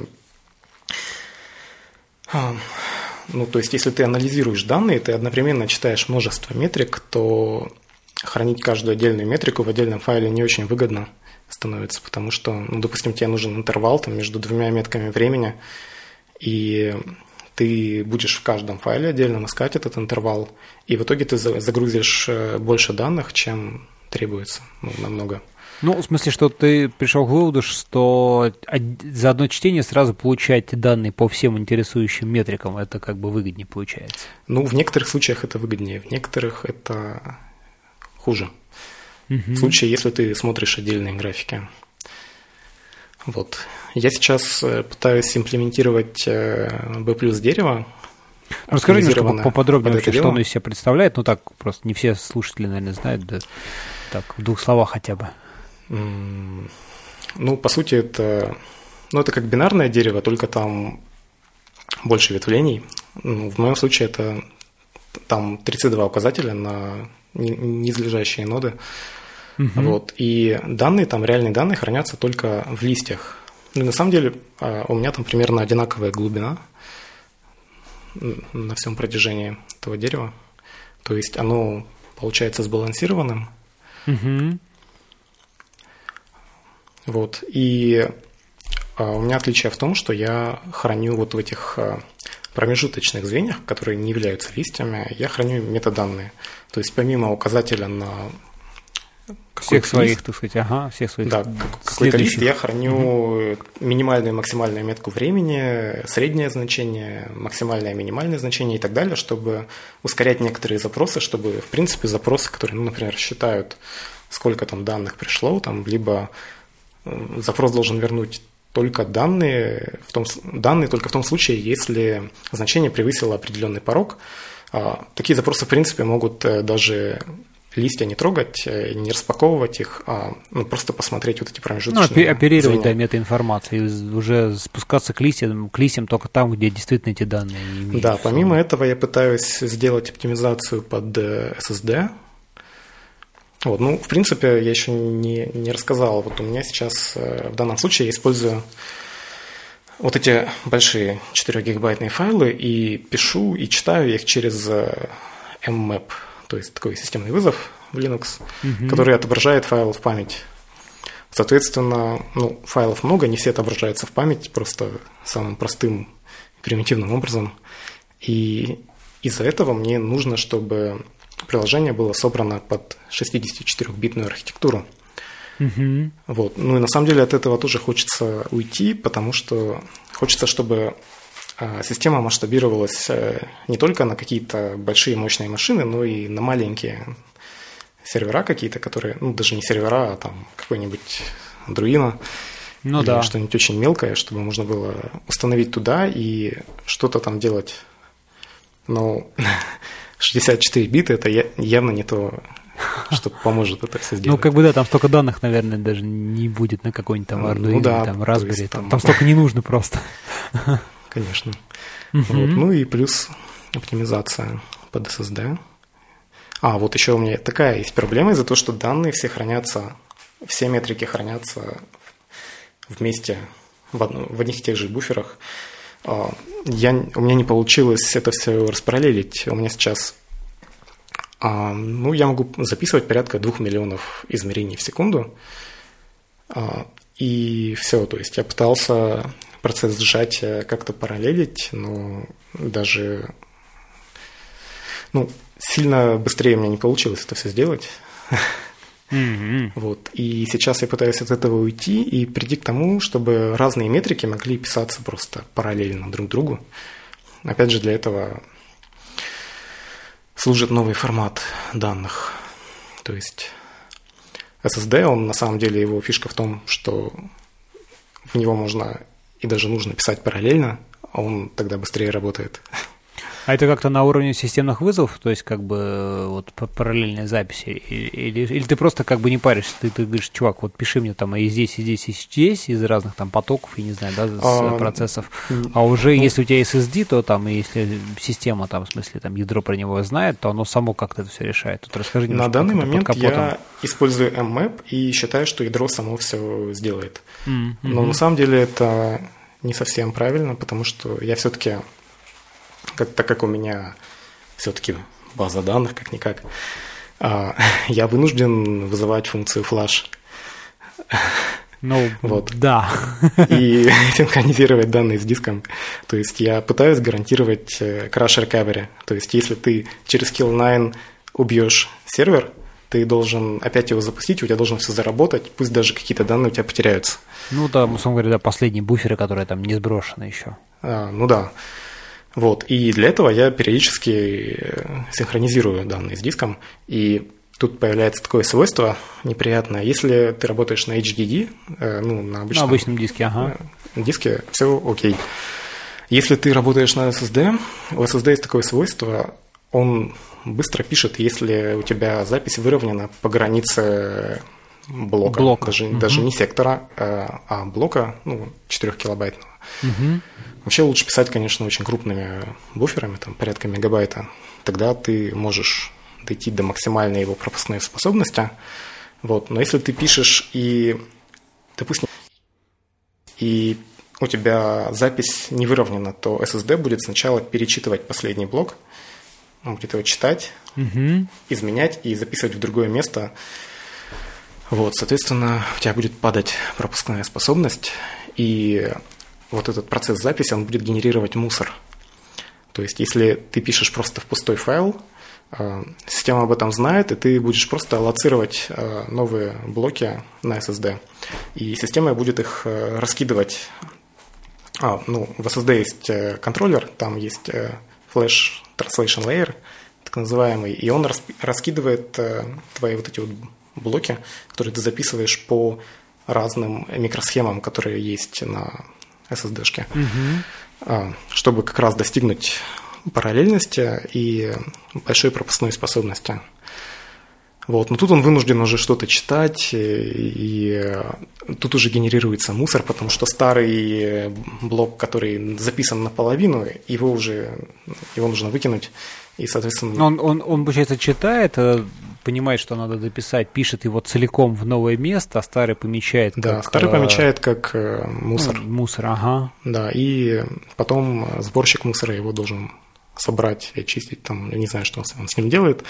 А, ну, то есть, если ты анализируешь данные, ты одновременно читаешь множество метрик, то хранить каждую отдельную метрику в отдельном файле не очень выгодно становится, потому что, ну, допустим, тебе нужен интервал там, между двумя метками времени, и ты будешь в каждом файле отдельно искать этот интервал, и в итоге ты загрузишь больше данных, чем требуется, ну, намного. Ну, в смысле, что ты пришел к выводу, что за одно чтение сразу получать данные по всем интересующим метрикам, это как бы выгоднее получается? Ну, в некоторых случаях это выгоднее, в некоторых это хуже. Угу. В случае, если ты смотришь отдельные графики. Вот. Я сейчас пытаюсь имплементировать B плюс дерево. Расскажи немножко поподробнее вообще, что оно из себя представляет. Ну так, просто не все слушатели, наверное, знают. Да. Так, в двух словах хотя бы. Ну, по сути, это, ну, это как бинарное дерево, только там больше ветвлений. Ну, в моем случае это там тридцать два указателя на низлежащие ноды. Uh-huh. Вот. И данные, там реальные данные хранятся только в листьях. Ну, на самом деле у меня там примерно одинаковая глубина на всем протяжении этого дерева. То есть оно получается сбалансированным. Uh-huh. Вот. И у меня отличие в том, что я храню вот в этих промежуточных звеньях, которые не являются листьями, я храню метаданные. То есть помимо указателя на всех своих, лист, так сказать, ага, всех своих. Да, какой-то лист я храню угу. минимальную и максимальную метку времени, среднее значение, максимальное и минимальное значение и так далее, чтобы ускорять некоторые запросы, чтобы, в принципе, запросы, которые, ну, например, считают, сколько там данных пришло, там, либо запрос должен вернуть только данные, в том, данные только в том случае, если значение превысило определенный порог. Такие запросы, в принципе, могут даже листья не трогать, не распаковывать их, а ну, просто посмотреть вот эти промежуточные. Ну, оперировать, звенья. Да, метаинформацией, уже спускаться к листьям, к листьям только там, где действительно эти данные имеются. Да, помимо этого я пытаюсь сделать оптимизацию под эс эс ди. Вот, ну, в принципе, я еще не, не рассказал. Вот у меня сейчас в данном случае я использую вот эти большие четырехгигабайтные файлы и пишу и читаю их через mmap, то есть такой системный вызов в Linux, mm-hmm. который отображает файл в память. Соответственно, ну, файлов много, не все отображаются в память, просто самым простым, примитивным образом. И из-за этого мне нужно, чтобы приложение было собрано под шестидесятичетырёхбитную архитектуру. Mm-hmm. Вот. Ну и на самом деле от этого тоже хочется уйти, потому что хочется, чтобы система масштабировалась не только на какие-то большие мощные машины, но и на маленькие сервера какие-то, которые, ну даже не сервера, а там какой-нибудь Arduino, ну, или да. что-нибудь очень мелкое, чтобы можно было установить туда и что-то там делать. Но шестьдесят четыре бита – это явно не то, что поможет это все сделать. Ну, как бы, да, там столько данных, наверное, даже не будет на какой-нибудь там Arduino, ну, да, там Raspberry, там, там столько не нужно просто. Конечно. Uh-huh. Вот. Ну и плюс оптимизация под эс эс ди. А, вот еще у меня такая есть проблема из-за того, что данные все хранятся, все метрики хранятся вместе в, одно, в одних и тех же буферах. Я, у меня не получилось это все распараллелить. У меня сейчас А, ну, я могу записывать порядка двух миллионов измерений в секунду. А, и все, то есть я пытался процесс сжатия как-то параллелить, но даже ну, сильно быстрее у меня не получилось это все сделать. Mm-hmm. Вот. И сейчас я пытаюсь от этого уйти и прийти к тому, чтобы разные метрики могли писаться просто параллельно друг другу. Опять же, для этого служит новый формат данных. То есть эс эс ди, он на самом деле, его фишка в том, что в него можно и даже нужно писать параллельно, а он тогда быстрее работает. А это как-то на уровне системных вызовов, то есть как бы вот параллельные записи, или, или ты просто как бы не паришься, ты, ты говоришь, чувак, вот пиши мне там и здесь, и здесь, и здесь, из разных там потоков, и не знаю, да, а, процессов, а уже ну, если у тебя эс эс ди, то там, если система там, в смысле, там ядро про него знает, то оно само как-то это все решает. Тут расскажи немножко. На данный момент я использую эм мэп и считаю, что ядро само все сделает. Mm-hmm. Но на самом деле это не совсем правильно, потому что я все-таки... Как, так как у меня все-таки база данных, как-никак, а, я вынужден вызывать функцию flash. Ну, вот. Да. И синхронизировать данные с диском. То есть я пытаюсь гарантировать crash recovery. То есть если ты через kill nine убьешь сервер, ты должен опять его запустить, у тебя должно все заработать, пусть даже какие-то данные у тебя потеряются. Ну да, условно говоря, да, последние буферы, которые там не сброшены еще. А, ну да. Вот, и для этого я периодически синхронизирую данные с диском, и тут появляется такое свойство неприятное. Если ты работаешь на эйч ди ди, ну, на обычном, на обычном диске, ага. диске, все окей. Если ты работаешь на эс эс ди, у эс эс ди есть такое свойство, он быстро пишет, если у тебя запись выровнена по границе блока, блока. Даже, угу. даже не сектора, а блока, ну, четырехкилобайтного. Угу. Вообще лучше писать, конечно, очень крупными буферами, там порядка мегабайта. Тогда ты можешь дойти до максимальной его пропускной способности. Вот. Но если ты пишешь и, допустим, и у тебя запись не выровнена, то эс эс ди будет сначала перечитывать последний блок, он будет его читать, угу. изменять и записывать в другое место. Вот, соответственно, у тебя будет падать пропускная способность, и вот этот процесс записи, он будет генерировать мусор. То есть, если ты пишешь просто в пустой файл, система об этом знает, и ты будешь просто аллоцировать новые блоки на эс эс ди. И система будет их раскидывать. А, ну, в эс эс ди есть контроллер, там есть Flash Translation Layer, так называемый, и он раскидывает твои вот эти вот блоки, которые ты записываешь по разным микросхемам, которые есть на эс эс ди-шке, угу. чтобы как раз достигнуть параллельности и большой пропускной способности. Вот. Но тут он вынужден уже что-то читать, и тут уже генерируется мусор, потому что старый блок, который записан наполовину, его уже его нужно выкинуть, и, соответственно... Он, он, он получается, читает, понимает, что надо дописать, пишет его целиком в новое место, а старый помечает как... Да, старый помечает как мусор. Ну, мусор, ага. Да, и потом сборщик мусора его должен собрать и очистить, там, я не знаю, что он с ним делает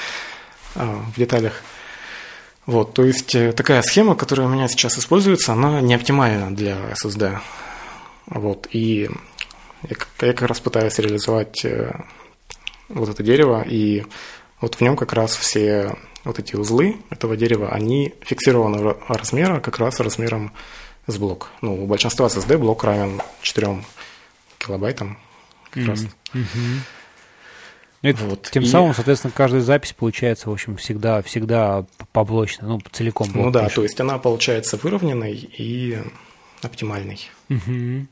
в деталях. Вот, то есть такая схема, которая у меня сейчас используется, она не оптимальна для эс эс ди. Вот, и я, я как раз пытаюсь реализовать вот это дерево, и вот в нем как раз все вот эти узлы этого дерева, они фиксированного размера, как раз размером с блок. Ну, у большинства эс эс ди блок равен четырем килобайтам как mm-hmm. раз. Mm-hmm. Это, вот. Тем и... самым, соответственно, каждая запись получается, в общем, всегда, всегда поблочно, ну, целиком блок. Ну да, пишет. то есть она получается выровненной и оптимальной. Mm-hmm.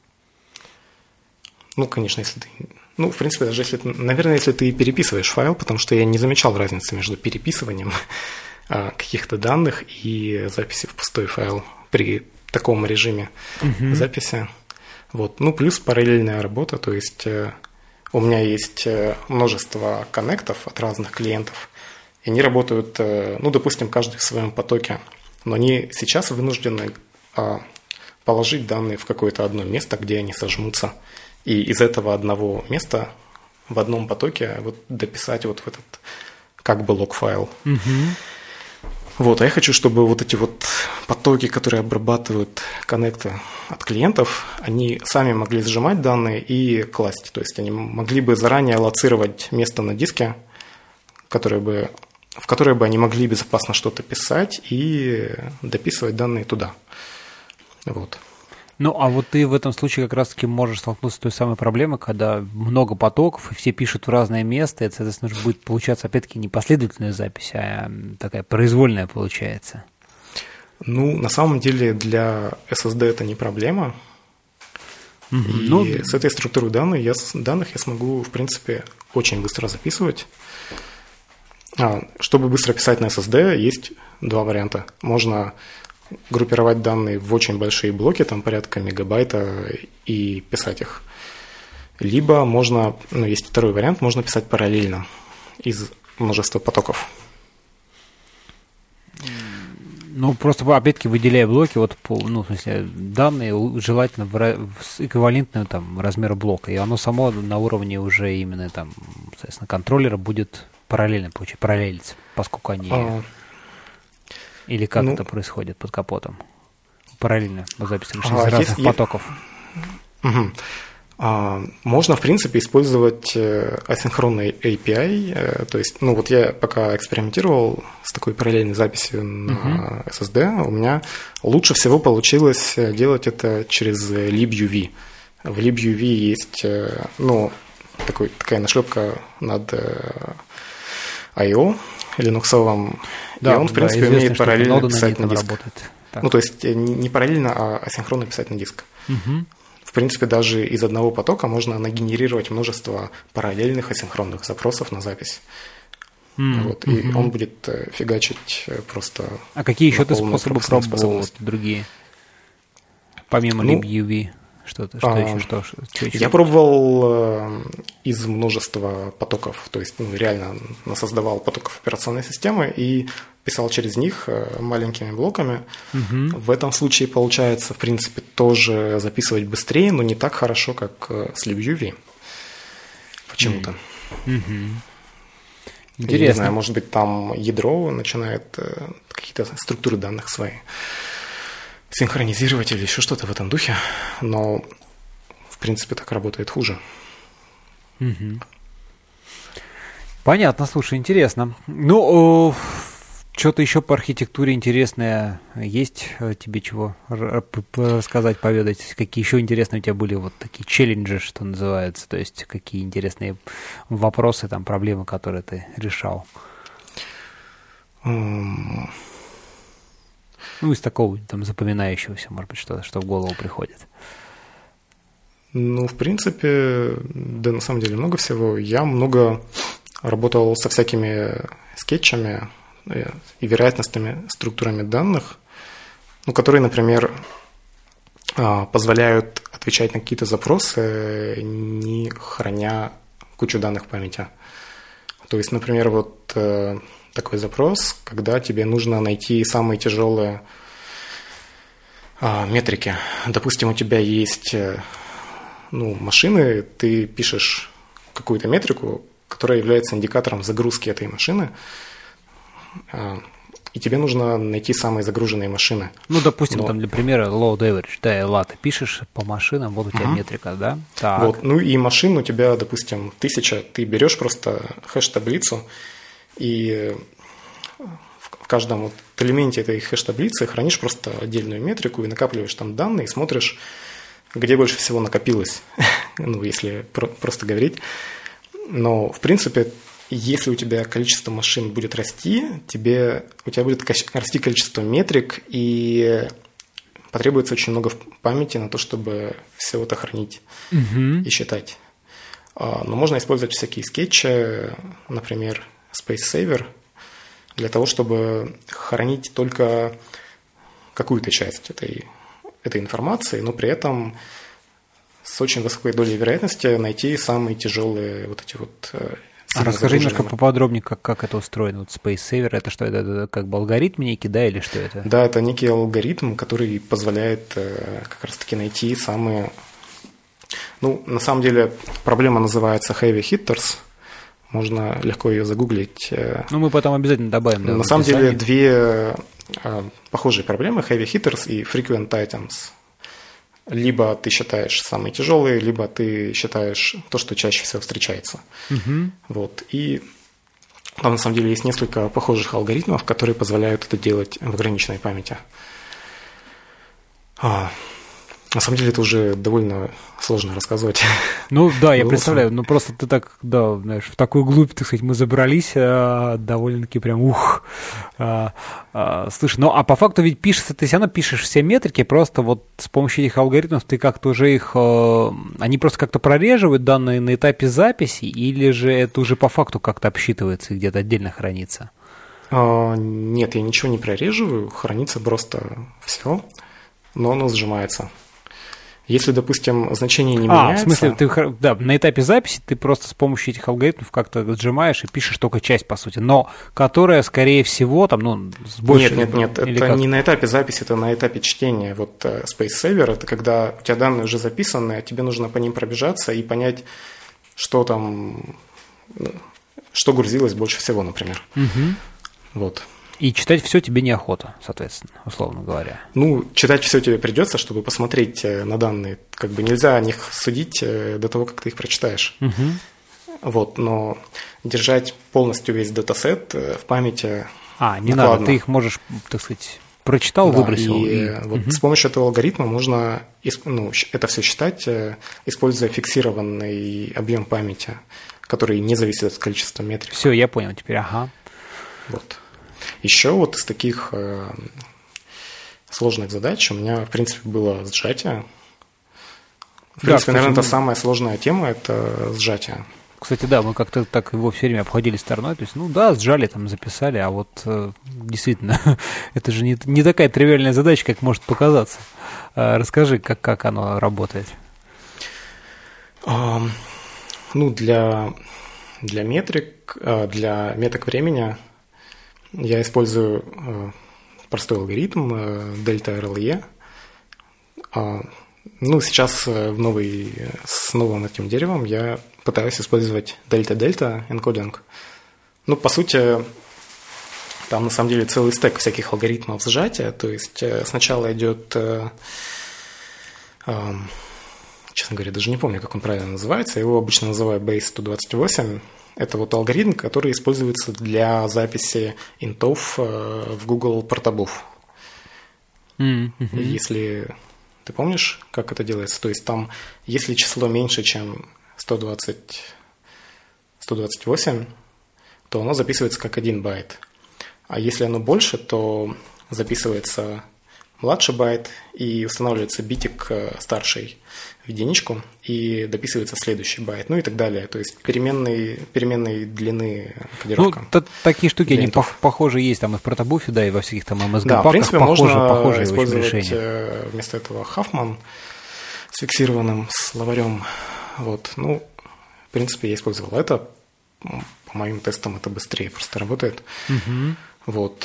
Ну, конечно, если ты... Ну, в принципе, даже если... Наверное, если ты переписываешь файл, потому что я не замечал разницы между переписыванием каких-то данных и записи в пустой файл при таком режиме mm-hmm. записи. Вот. Ну, плюс параллельная работа, то есть у меня есть множество коннектов от разных клиентов, и они работают, ну, допустим, каждый в своем потоке, но они сейчас вынуждены положить данные в какое-то одно место, где они сожмутся. И из этого одного места в одном потоке вот дописать вот в этот как бы лог-файл. Угу. Вот, а я хочу, чтобы вот эти вот потоки, которые обрабатывают коннекты от клиентов, они сами могли сжимать данные и класть. То есть они могли бы заранее аллоцировать место на диске, которое бы, в которое бы они могли безопасно что-то писать и дописывать данные туда. Вот. Ну, а вот ты в этом случае как раз-таки можешь столкнуться с той самой проблемой, когда много потоков, и все пишут в разное место, и, соответственно, будет получаться, опять-таки, не последовательная запись, а такая произвольная получается. Ну, на самом деле для эс эс ди это не проблема. Mm-hmm. И ну, с этой структурой данных я, данных я смогу, в принципе, очень быстро записывать. А, чтобы быстро писать на эс эс ди, есть два варианта. Можно группировать данные в очень большие блоки, там порядка мегабайта, и писать их. Либо можно, ну, есть второй вариант, можно писать параллельно из множества потоков. Ну, просто, опять-таки, выделяя блоки, вот, по, ну, в смысле, данные желательно в, в эквивалентную там размеру блока, и оно само на уровне уже именно там, соответственно, контроллера будет параллельно получать, параллелиться, поскольку они... А... Или как ну, это происходит под капотом? Параллельно запись а, из разных есть, потоков. Угу. А, можно, в принципе, использовать асинхронный эй пи ай. То есть, ну вот я пока экспериментировал с такой параллельной записью на угу. эс эс ди, у меня лучше всего получилось делать это через libuv. В libuv есть, ну, такой, такая нашлепка над ай о, линуксовым. Да, и он, в принципе, да, умеет параллельно писать на, на диск. Ну, то есть не параллельно, а асинхронно писать на диск. Угу. В принципе, даже из одного потока можно нагенерировать множество параллельных асинхронных запросов на запись. Mm-hmm. Вот, и mm-hmm. он будет фигачить просто... А какие еще ты способы пробовал другие? Помимо ну, libuv? Что-то, что а, еще? Что, что еще? Я пробовал из множества потоков, то есть ну, реально создавал потоков операционной системы и писал через них маленькими блоками. Угу. В этом случае получается, в принципе, тоже записывать быстрее, но не так хорошо, как с libuv. Почему-то. Угу. Интересно. Я не знаю, может быть, там ядро начинает какие-то структуры данных свои синхронизировать или еще что-то в этом духе, но в принципе так работает хуже. Угу. Понятно, слушай, интересно. Ну, что-то еще по архитектуре интересное есть тебе чего рассказать, поведать? Какие еще интересные у тебя были вот такие челленджи, что называется, то есть какие интересные вопросы, там, проблемы, которые ты решал? Um... Ну, из такого там запоминающегося, может быть, что-то, что в голову приходит. Ну, в принципе, да, на самом деле много всего. Я много работал со всякими скетчами и вероятностными структурами данных, ну, которые, например, позволяют отвечать на какие-то запросы, не храня кучу данных в памяти. То есть, например, вот... такой запрос, когда тебе нужно найти самые тяжелые а, метрики. Допустим, у тебя есть ну, машины, ты пишешь какую-то метрику, которая является индикатором загрузки этой машины, а, и тебе нужно найти самые загруженные машины. Ну, допустим, Но... там для примера load average, да, эл эй ти, пишешь по машинам, вот у тебя uh-huh. метрика, да? Так. Вот, ну и машин у тебя, допустим, тысяча, ты берешь просто хэш-таблицу, и в каждом вот элементе этой хэш-таблицы хранишь просто отдельную метрику и накапливаешь там данные, и смотришь, где больше всего накопилось, ну, если про- просто говорить. Но, в принципе, если у тебя количество машин будет расти, тебе, у тебя будет расти количество метрик, и потребуется очень много памяти на то, чтобы все это хранить mm-hmm. и считать. Но можно использовать всякие скетчи, например, Space Saver, для того, чтобы хранить только какую-то часть этой, этой информации, но при этом с очень высокой долей вероятности найти самые тяжелые вот эти вот... А расскажи немножко поподробнее, как, как это устроено. Вот Space Saver, это что, это, это как бы алгоритм некий, да, или что это? Да, это некий алгоритм, который позволяет как раз-таки найти самые... Ну, на самом деле, проблема называется heavy hitters. можно легко ее загуглить. Ну, мы потом обязательно добавим. Да, на самом деле две похожие проблемы – heavy hitters и frequent items. Либо ты считаешь самые тяжелые, либо ты считаешь то, что чаще всего встречается. Угу. Вот. И там на самом деле есть несколько похожих алгоритмов, которые позволяют это делать в ограниченной памяти. А, на самом деле это уже довольно сложно рассказывать. Ну да, я представляю, ну просто ты так, да, знаешь, в такую глубь, так сказать, мы забрались, а, довольно-таки прям ух. А, а, слушай, ну а по факту ведь пишется, ты все равно пишешь все метрики, просто вот с помощью этих алгоритмов ты как-то уже их, а, они просто как-то прореживают данные на этапе записи, или же это уже по факту как-то обсчитывается и где-то отдельно хранится? А, нет, я ничего не прореживаю, хранится просто все, но оно сжимается. Если, допустим, значение не а, меняется... в смысле, ты, да, на этапе записи ты просто с помощью этих алгоритмов как-то сжимаешь и пишешь только часть, по сути, но которая, скорее всего, там, ну, с большей... Нет, нет, нет, это как? Не на этапе записи, это на этапе чтения. Вот Space Saver – это когда у тебя данные уже записаны, а тебе нужно по ним пробежаться и понять, что там, что грузилось больше всего, например. Угу. Вот. И читать все тебе неохота, соответственно, условно говоря. Ну, читать все тебе придется, чтобы посмотреть на данные. Как бы нельзя о них судить до того, как ты их прочитаешь. Угу. Вот, но держать полностью весь датасет в памяти А, не накладно. надо, ты их можешь, так сказать, прочитал, да, выбросил. И, и... вот угу. с помощью этого алгоритма можно ну, это все считать, используя фиксированный объем памяти, который не зависит от количества метрик. Все, я понял теперь, ага. Вот. Еще вот из таких э, сложных задач у меня, в принципе, было сжатие. В да, принципе, кстати, наверное, мы... это самая сложная тема – это сжатие. Кстати, да, мы как-то так его все время обходили стороной. То есть, ну да, сжали, там, записали, а вот э, действительно, это же не, не такая тривиальная задача, как может показаться. Э, расскажи, как, как оно работает. А, ну, для, для метрик, для меток времени я использую э, простой алгоритм э, дельта эр эл и. А, ну, сейчас в новый, с новым этим деревом я пытаюсь использовать дельта-дельта энкодинг. Ну, по сути, там на самом деле целый стек всяких алгоритмов сжатия. То есть э, сначала идет, э, э, честно говоря, даже не помню, как он правильно называется. Его обычно называют бейс сто двадцать восемь. Это вот алгоритм, который используется для записи интов в Google портобуф. Mm-hmm. Если ты помнишь, как это делается, то есть там, если число меньше, чем сто двадцать, сто двадцать восемь, то оно записывается как один байт. А если оно больше, то записывается младший байт и устанавливается битик старший в единичку и дописывается следующий байт, ну и так далее. То есть переменные, переменные длины кодировка. Ну, такие штуки, они пох- похожи есть там и в протобуфе, да, и во всяких там эм эс джи-паках. Да, в принципе, похоже, можно похоже использовать вместо этого Huffman с фиксированным словарем. Вот, ну, в принципе, я использовал это. По моим тестам это быстрее просто работает. Угу. Вот.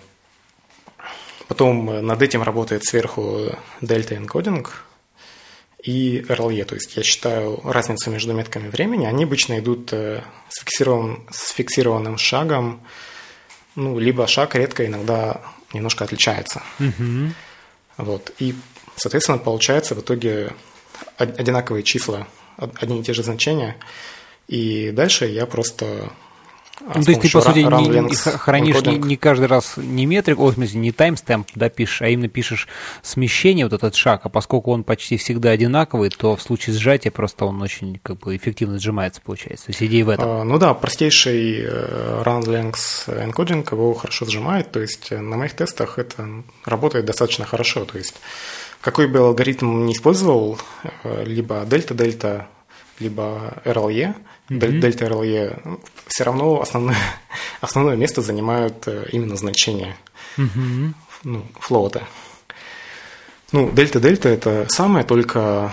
Потом над этим работает сверху дельта энкодинг и эр эл и. То есть я считаю разницу между метками времени. Они обычно идут с фиксированным, с фиксированным шагом. Ну, либо шаг редко, иногда немножко отличается. Mm-hmm. Вот. И, соответственно, получается в итоге одинаковые числа, одни и те же значения. И дальше я просто... Ну, то есть ты, по сути, не, не хранишь не, не каждый раз не метрик, о, в смысле, не таймстемп, да, пишешь, а именно пишешь смещение, вот этот шаг, а поскольку он почти всегда одинаковый, то в случае сжатия просто он очень как бы эффективно сжимается, получается. То есть идея в этом. А, ну да, простейший run length encoding его хорошо сжимает, то есть на моих тестах это работает достаточно хорошо. То есть какой бы алгоритм ни использовал, либо дельта-дельта, либо эр эл и, mm-hmm. дельта эр эл и, все равно основное, основное место занимают именно значения mm-hmm. ну, флоута. Ну, дельта-дельта – это самое, только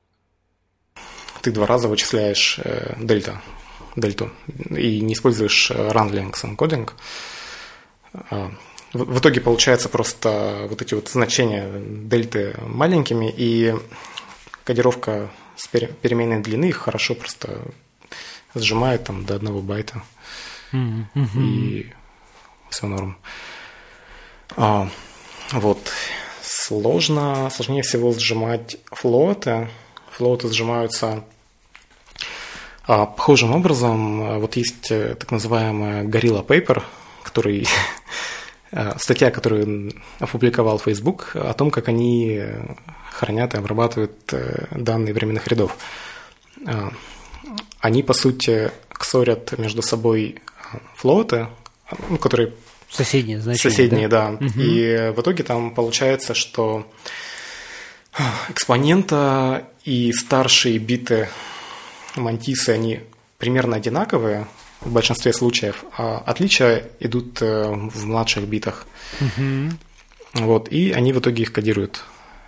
ты два раза вычисляешь э, дельта, дельту и не используешь run length encoding. В, в итоге получается просто вот эти вот значения дельты маленькими, и кодировка с переменной длины их хорошо просто сжимает там до одного байта, Mm-hmm. и все норм. А, вот. Сложно, сложнее всего сжимать флоуты. Флоуты сжимаются а, похожим образом. Вот есть так называемая Gorilla Paper, который, статья, которую опубликовал Facebook, о том, как они хранят и обрабатывают данные временных рядов. Они, по сути, ксорят между собой флоуты, ну, которые соседние значения. Соседние, да. да. Угу. И в итоге там получается, что экспонента и старшие биты мантисы, они примерно одинаковые в большинстве случаев, а отличия идут в младших битах. Угу. Вот, и они в итоге их кодируют.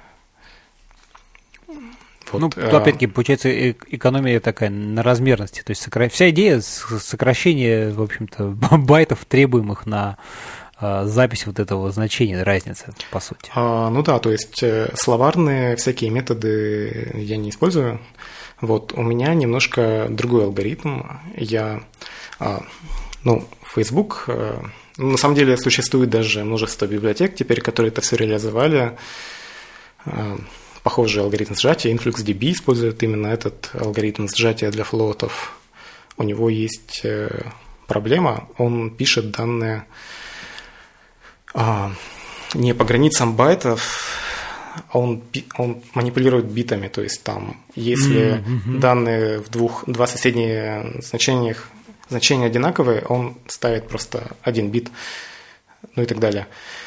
Вот, ну, э... опять-таки, получается, экономия такая на размерности. То есть сокра... вся идея сокращения, в общем-то, байтов, требуемых на э, запись вот этого значения, разницы, по сути. А, ну да, то есть словарные всякие методы я не использую. Вот, у меня немножко другой алгоритм. Я, а, ну, Facebook... Ну, на самом деле существует даже множество библиотек теперь, которые это все реализовали. Похожий алгоритм сжатия. InfluxDB использует именно этот алгоритм сжатия для флоутов. У него есть проблема. Он пишет данные не по границам байтов, а он, он манипулирует битами. То есть там, если mm-hmm. данные в двух, два соседние значениях значения одинаковые, он ставит просто один бит, ну и так далее.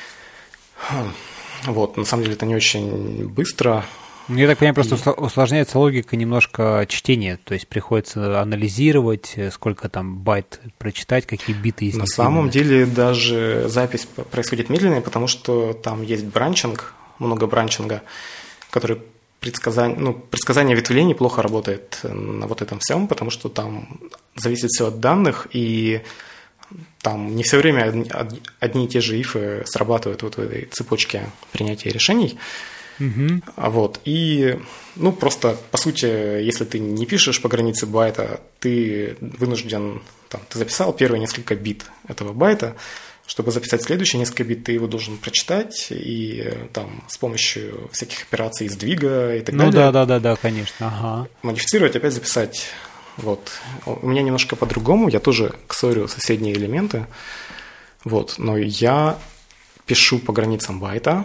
Вот, на самом деле это не очень быстро. Я так понимаю, просто и... усложняется логика немножко чтения, то есть приходится анализировать, сколько там байт прочитать, какие биты из них. На самом деле даже запись происходит медленнее, потому что там есть бранчинг, много бранчинга, который предсказание, ну, предсказание ветвлений плохо работает на вот этом всем, потому что там зависит все от данных, и там не все время одни, одни и те же ифы срабатывают вот в этой цепочке принятия решений. Угу. Вот. И, ну, просто, по сути, если ты не пишешь по границе байта, ты вынужден, там, ты записал первые несколько бит этого байта, чтобы записать следующие несколько бит, ты его должен прочитать и там с помощью всяких операций сдвига и так ну, далее. Ну да, да, да, да, конечно. Ага. Модифицировать, опять записать. Вот. У меня немножко по-другому. Я тоже ксорю соседние элементы. Вот. Но я пишу по границам байта.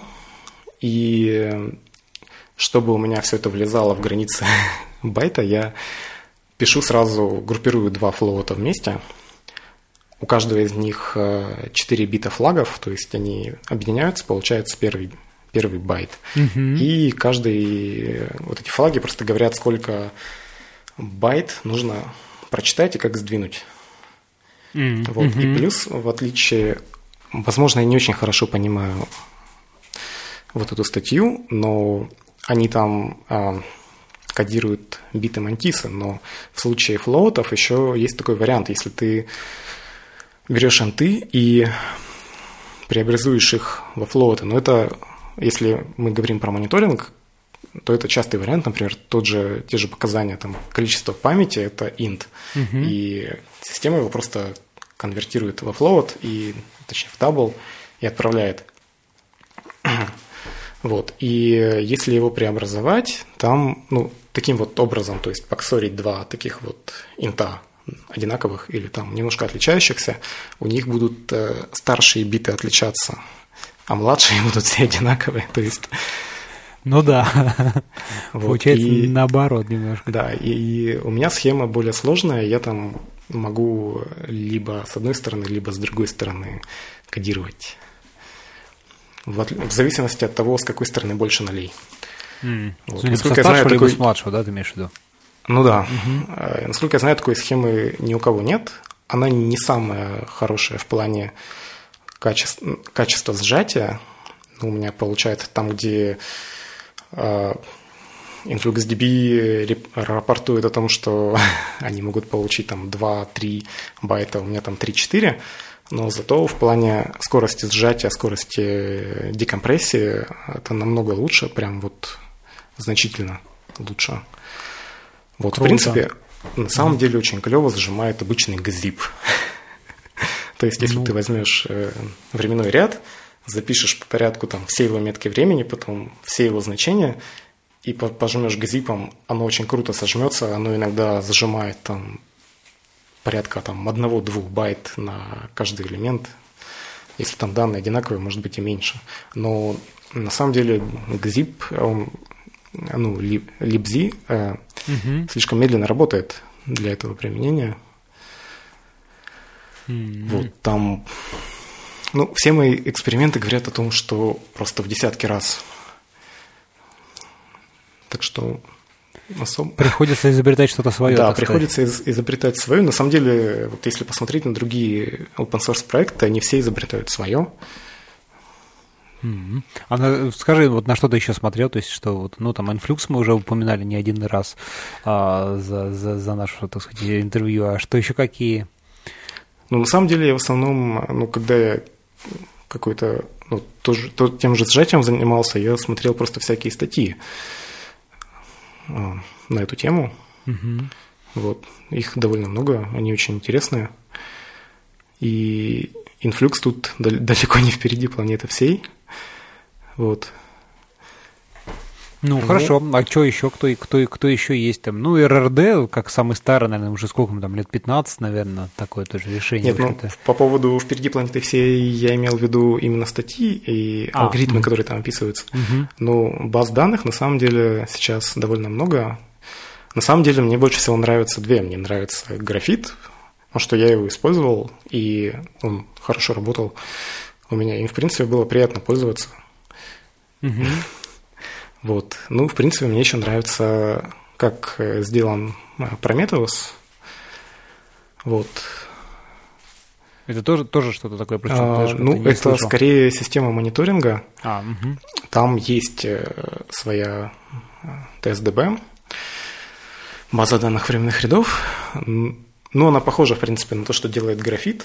И чтобы у меня все это влезало в границы байта, я пишу сразу, группирую два флоута вместе. У каждого из них четыре бита флагов, то есть они объединяются, получается первый, первый байт. Uh-huh. И каждый, вот эти флаги просто говорят, сколько байт нужно прочитать и как сдвинуть. Uh-huh. Вот. И плюс, в отличие, возможно, я не очень хорошо понимаю вот эту статью, но они там а, кодируют биты мантисы, но в случае флоутов еще есть такой вариант, если ты берешь инты и преобразуешь их во флоуты. Но это, если мы говорим про мониторинг, то это частый вариант, например, тот же, те же показания, там, количество памяти – это int, uh-huh. и система его просто конвертирует во float, и, точнее, в double, и отправляет. Вот. И если его преобразовать, там, ну, таким вот образом, то есть поксорить два таких вот инта, одинаковых или там немножко отличающихся, у них будут э, старшие биты отличаться, а младшие будут все одинаковые, то есть... Ну да, вот, получается и, наоборот немножко. Да, и, и у меня схема более сложная, я там могу либо с одной стороны, либо с другой стороны кодировать, в, в зависимости от того, с какой стороны больше нулей. Mm. Вот. Либо Насколько со старшего, я знаю, либо такой... с младшего, да, ты имеешь в виду? Ну да. Uh-huh. Насколько я знаю, такой схемы ни у кого нет. Она не самая хорошая в плане качества, качества сжатия. У меня получается там, где э, InfluxDB рапортует о том, что они могут получить там два-три байта, у меня там три-четыре. Но зато в плане скорости сжатия, скорости декомпрессии это намного лучше, прям вот значительно лучше. Вот, Круто. в принципе, на самом mm-hmm. деле очень клево зажимает обычный gzip. То есть, если ну... ты возьмешь временной ряд, запишешь по порядку там все его метки времени, потом все его значения, и пожмешь gzip, оно очень круто сожмется, оно иногда зажимает там порядка там одного-двух байт на каждый элемент. Если там данные одинаковые, может быть и меньше. Но на самом деле gzip, он, ну, libz, э, угу. слишком медленно работает для этого применения. Mm-hmm. Вот там, ну, все мои эксперименты говорят о том, что просто в десятки раз. Так что особо... Приходится изобретать что-то свое. Да, приходится из- изобретать свое. На самом деле, вот если посмотреть на другие open source проекты, они все изобретают свое. Mm-hmm. А на, скажи, вот на что ты еще смотрел, то есть что вот, ну там Influx мы уже упоминали не один раз а, за, за, за наше, так сказать, интервью, а что еще какие? Ну, на самом деле, я в основном, ну, когда я какой-то, ну, тоже, то, тем же сжатием занимался, я смотрел просто всякие статьи а, на эту тему. Угу. Вот. Их довольно много, они очень интересные. И Influx тут далеко не впереди планеты всей. Вот. Ну, ну, хорошо. А что еще? Кто, кто, кто еще есть там? Ну, эр эр ди, как самый старый, наверное, уже сколько там, лет пятнадцать, наверное, такое тоже решение. Нет, ну, по поводу «Впереди планеты всей» я имел в виду именно статьи и а, алгоритмы, угу. которые там описываются. Угу. Но баз данных, на самом деле, сейчас довольно много. На самом деле, мне больше всего нравятся две. Мне нравится графит, потому что я его использовал, и он хорошо работал у меня. Им, в принципе, было приятно пользоваться. Угу. Вот. Ну, в принципе, мне еще нравится, как сделан Prometheus. Вот. Это тоже, тоже что-то такое? А, ну, это слышал. Скорее система мониторинга. А, угу. Там есть своя ти эс ди би, база данных временных рядов. Ну, она похожа, в принципе, на то, что делает графит.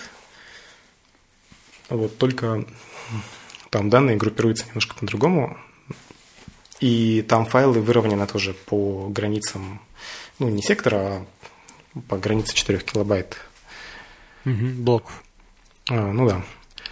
Вот, только там данные группируются немножко по-другому. И там файлы выровнены тоже по границам, ну, не сектора, а по границе четырех килобайт. Угу, блоков. А, ну да.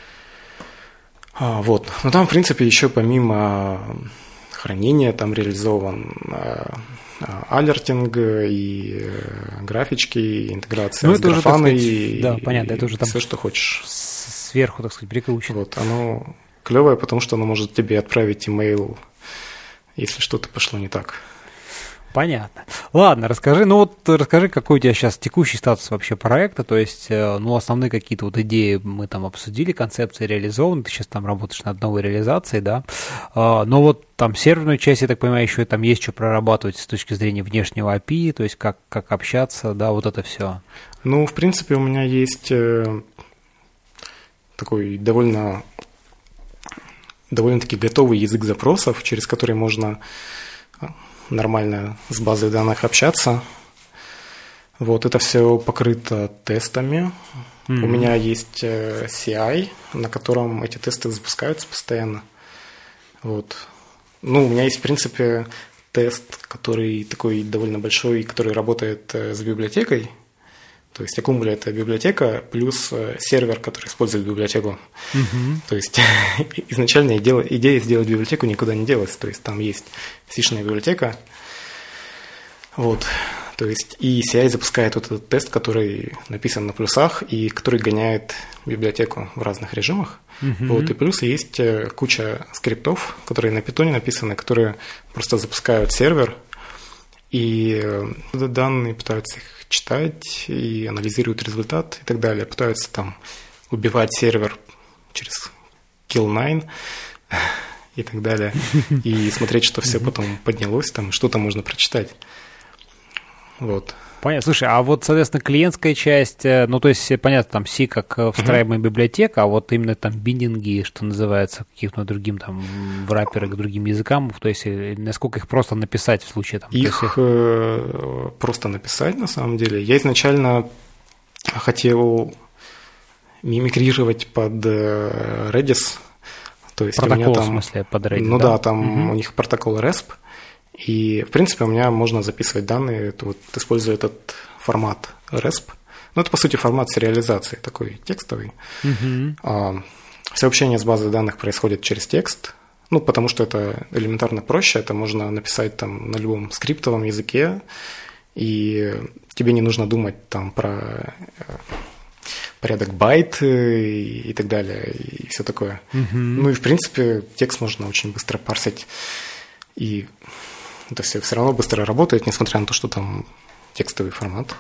А, вот. Но там, в принципе, еще помимо хранения там реализован а, а, алертинг и а, графички, и интеграция ну, с графаной, и, да, понятно, это уже там все, что хочешь. Сверху, так сказать, прикручено. Вот, оно клевое, потому что оно может тебе отправить имейл, если что-то пошло не так. Понятно. Ладно, расскажи, ну вот расскажи, какой у тебя сейчас текущий статус вообще проекта, то есть, ну, основные какие-то вот идеи мы там обсудили, концепции реализованы, ты сейчас там работаешь над новой реализацией, да, но вот там серверную часть, я так понимаю, еще там есть что прорабатывать с точки зрения внешнего эй пи ай, то есть как, как общаться, да, вот это все. Ну, в принципе, у меня есть такой довольно... довольно-таки готовый язык запросов, через который можно нормально с базой данных общаться. Вот, это все покрыто тестами. Mm-hmm. У меня есть си ай, на котором эти тесты запускаются постоянно. Вот. Ну, у меня есть, в принципе, тест, который такой довольно большой, который работает с библиотекой. То есть Аккумуля – это библиотека плюс сервер, который использует библиотеку. Uh-huh. То есть изначально идея, идея сделать библиотеку никуда не делась. То есть там есть си-шная библиотека. Вот. То есть и си ай запускает вот этот тест, который написан на плюсах и который гоняет библиотеку в разных режимах. Uh-huh. Вот. И плюс есть куча скриптов, которые на питоне написаны, которые просто запускают сервер и данные пытаются их читать и анализируют результат и так далее. Пытаются там убивать сервер через килл найн и так далее. И смотреть, что все потом поднялось, там что-то можно прочитать. Вот. Понятно. Слушай, а вот, соответственно, клиентская часть, ну, то есть, понятно, там си как встраиваемая uh-huh. библиотека, а вот именно там биндинги, что называется, каким-то другим там врапперы к другим языкам, то есть, насколько их просто написать в случае там? Их есть... э, просто написать, на самом деле. Я изначально хотел мимикрировать под Redis, то есть протокол, у меня там, в смысле, под Redis, ну да, да там uh-huh. у них протокол респ, И, в принципе, у меня можно записывать данные, это вот, используя этот формат респ. Ну, это, по сути, формат сериализации, такой текстовый. Mm-hmm. А, все общение с базой данных происходит через текст, ну, потому что это элементарно проще, это можно написать там на любом скриптовом языке, и тебе не нужно думать там про порядок байт и, и так далее, и все такое. Mm-hmm. Ну, и, в принципе, текст можно очень быстро парсить, и это все все равно быстро работает, несмотря на то, что там текстовый формат.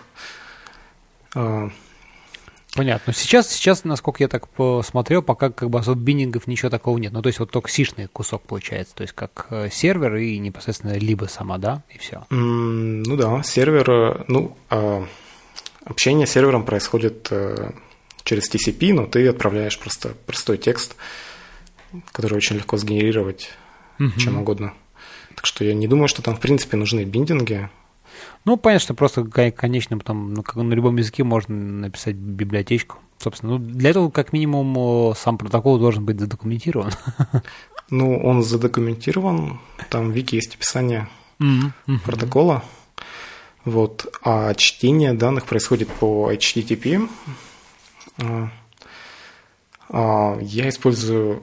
Понятно. Сейчас, сейчас, насколько я так посмотрел, пока как бы особо биндингов ничего такого нет. Ну, то есть вот только сишный кусок получается, то есть как сервер и непосредственно либо сама, да, и все. Mm, ну да, сервер, ну, а, общение с сервером происходит через ти си пи, но ты отправляешь просто простой текст, который очень легко сгенерировать mm-hmm. чем угодно. Так что я не думаю, что там в принципе нужны биндинги. Ну, понятно, что просто, конечно, там, на, на любом языке можно написать библиотечку. Собственно, ну, для этого, как минимум, сам протокол должен быть задокументирован. Ну, он задокументирован. Там в вики есть описание mm-hmm. протокола. Вот. А чтение данных происходит по эйч ти ти пи. Я использую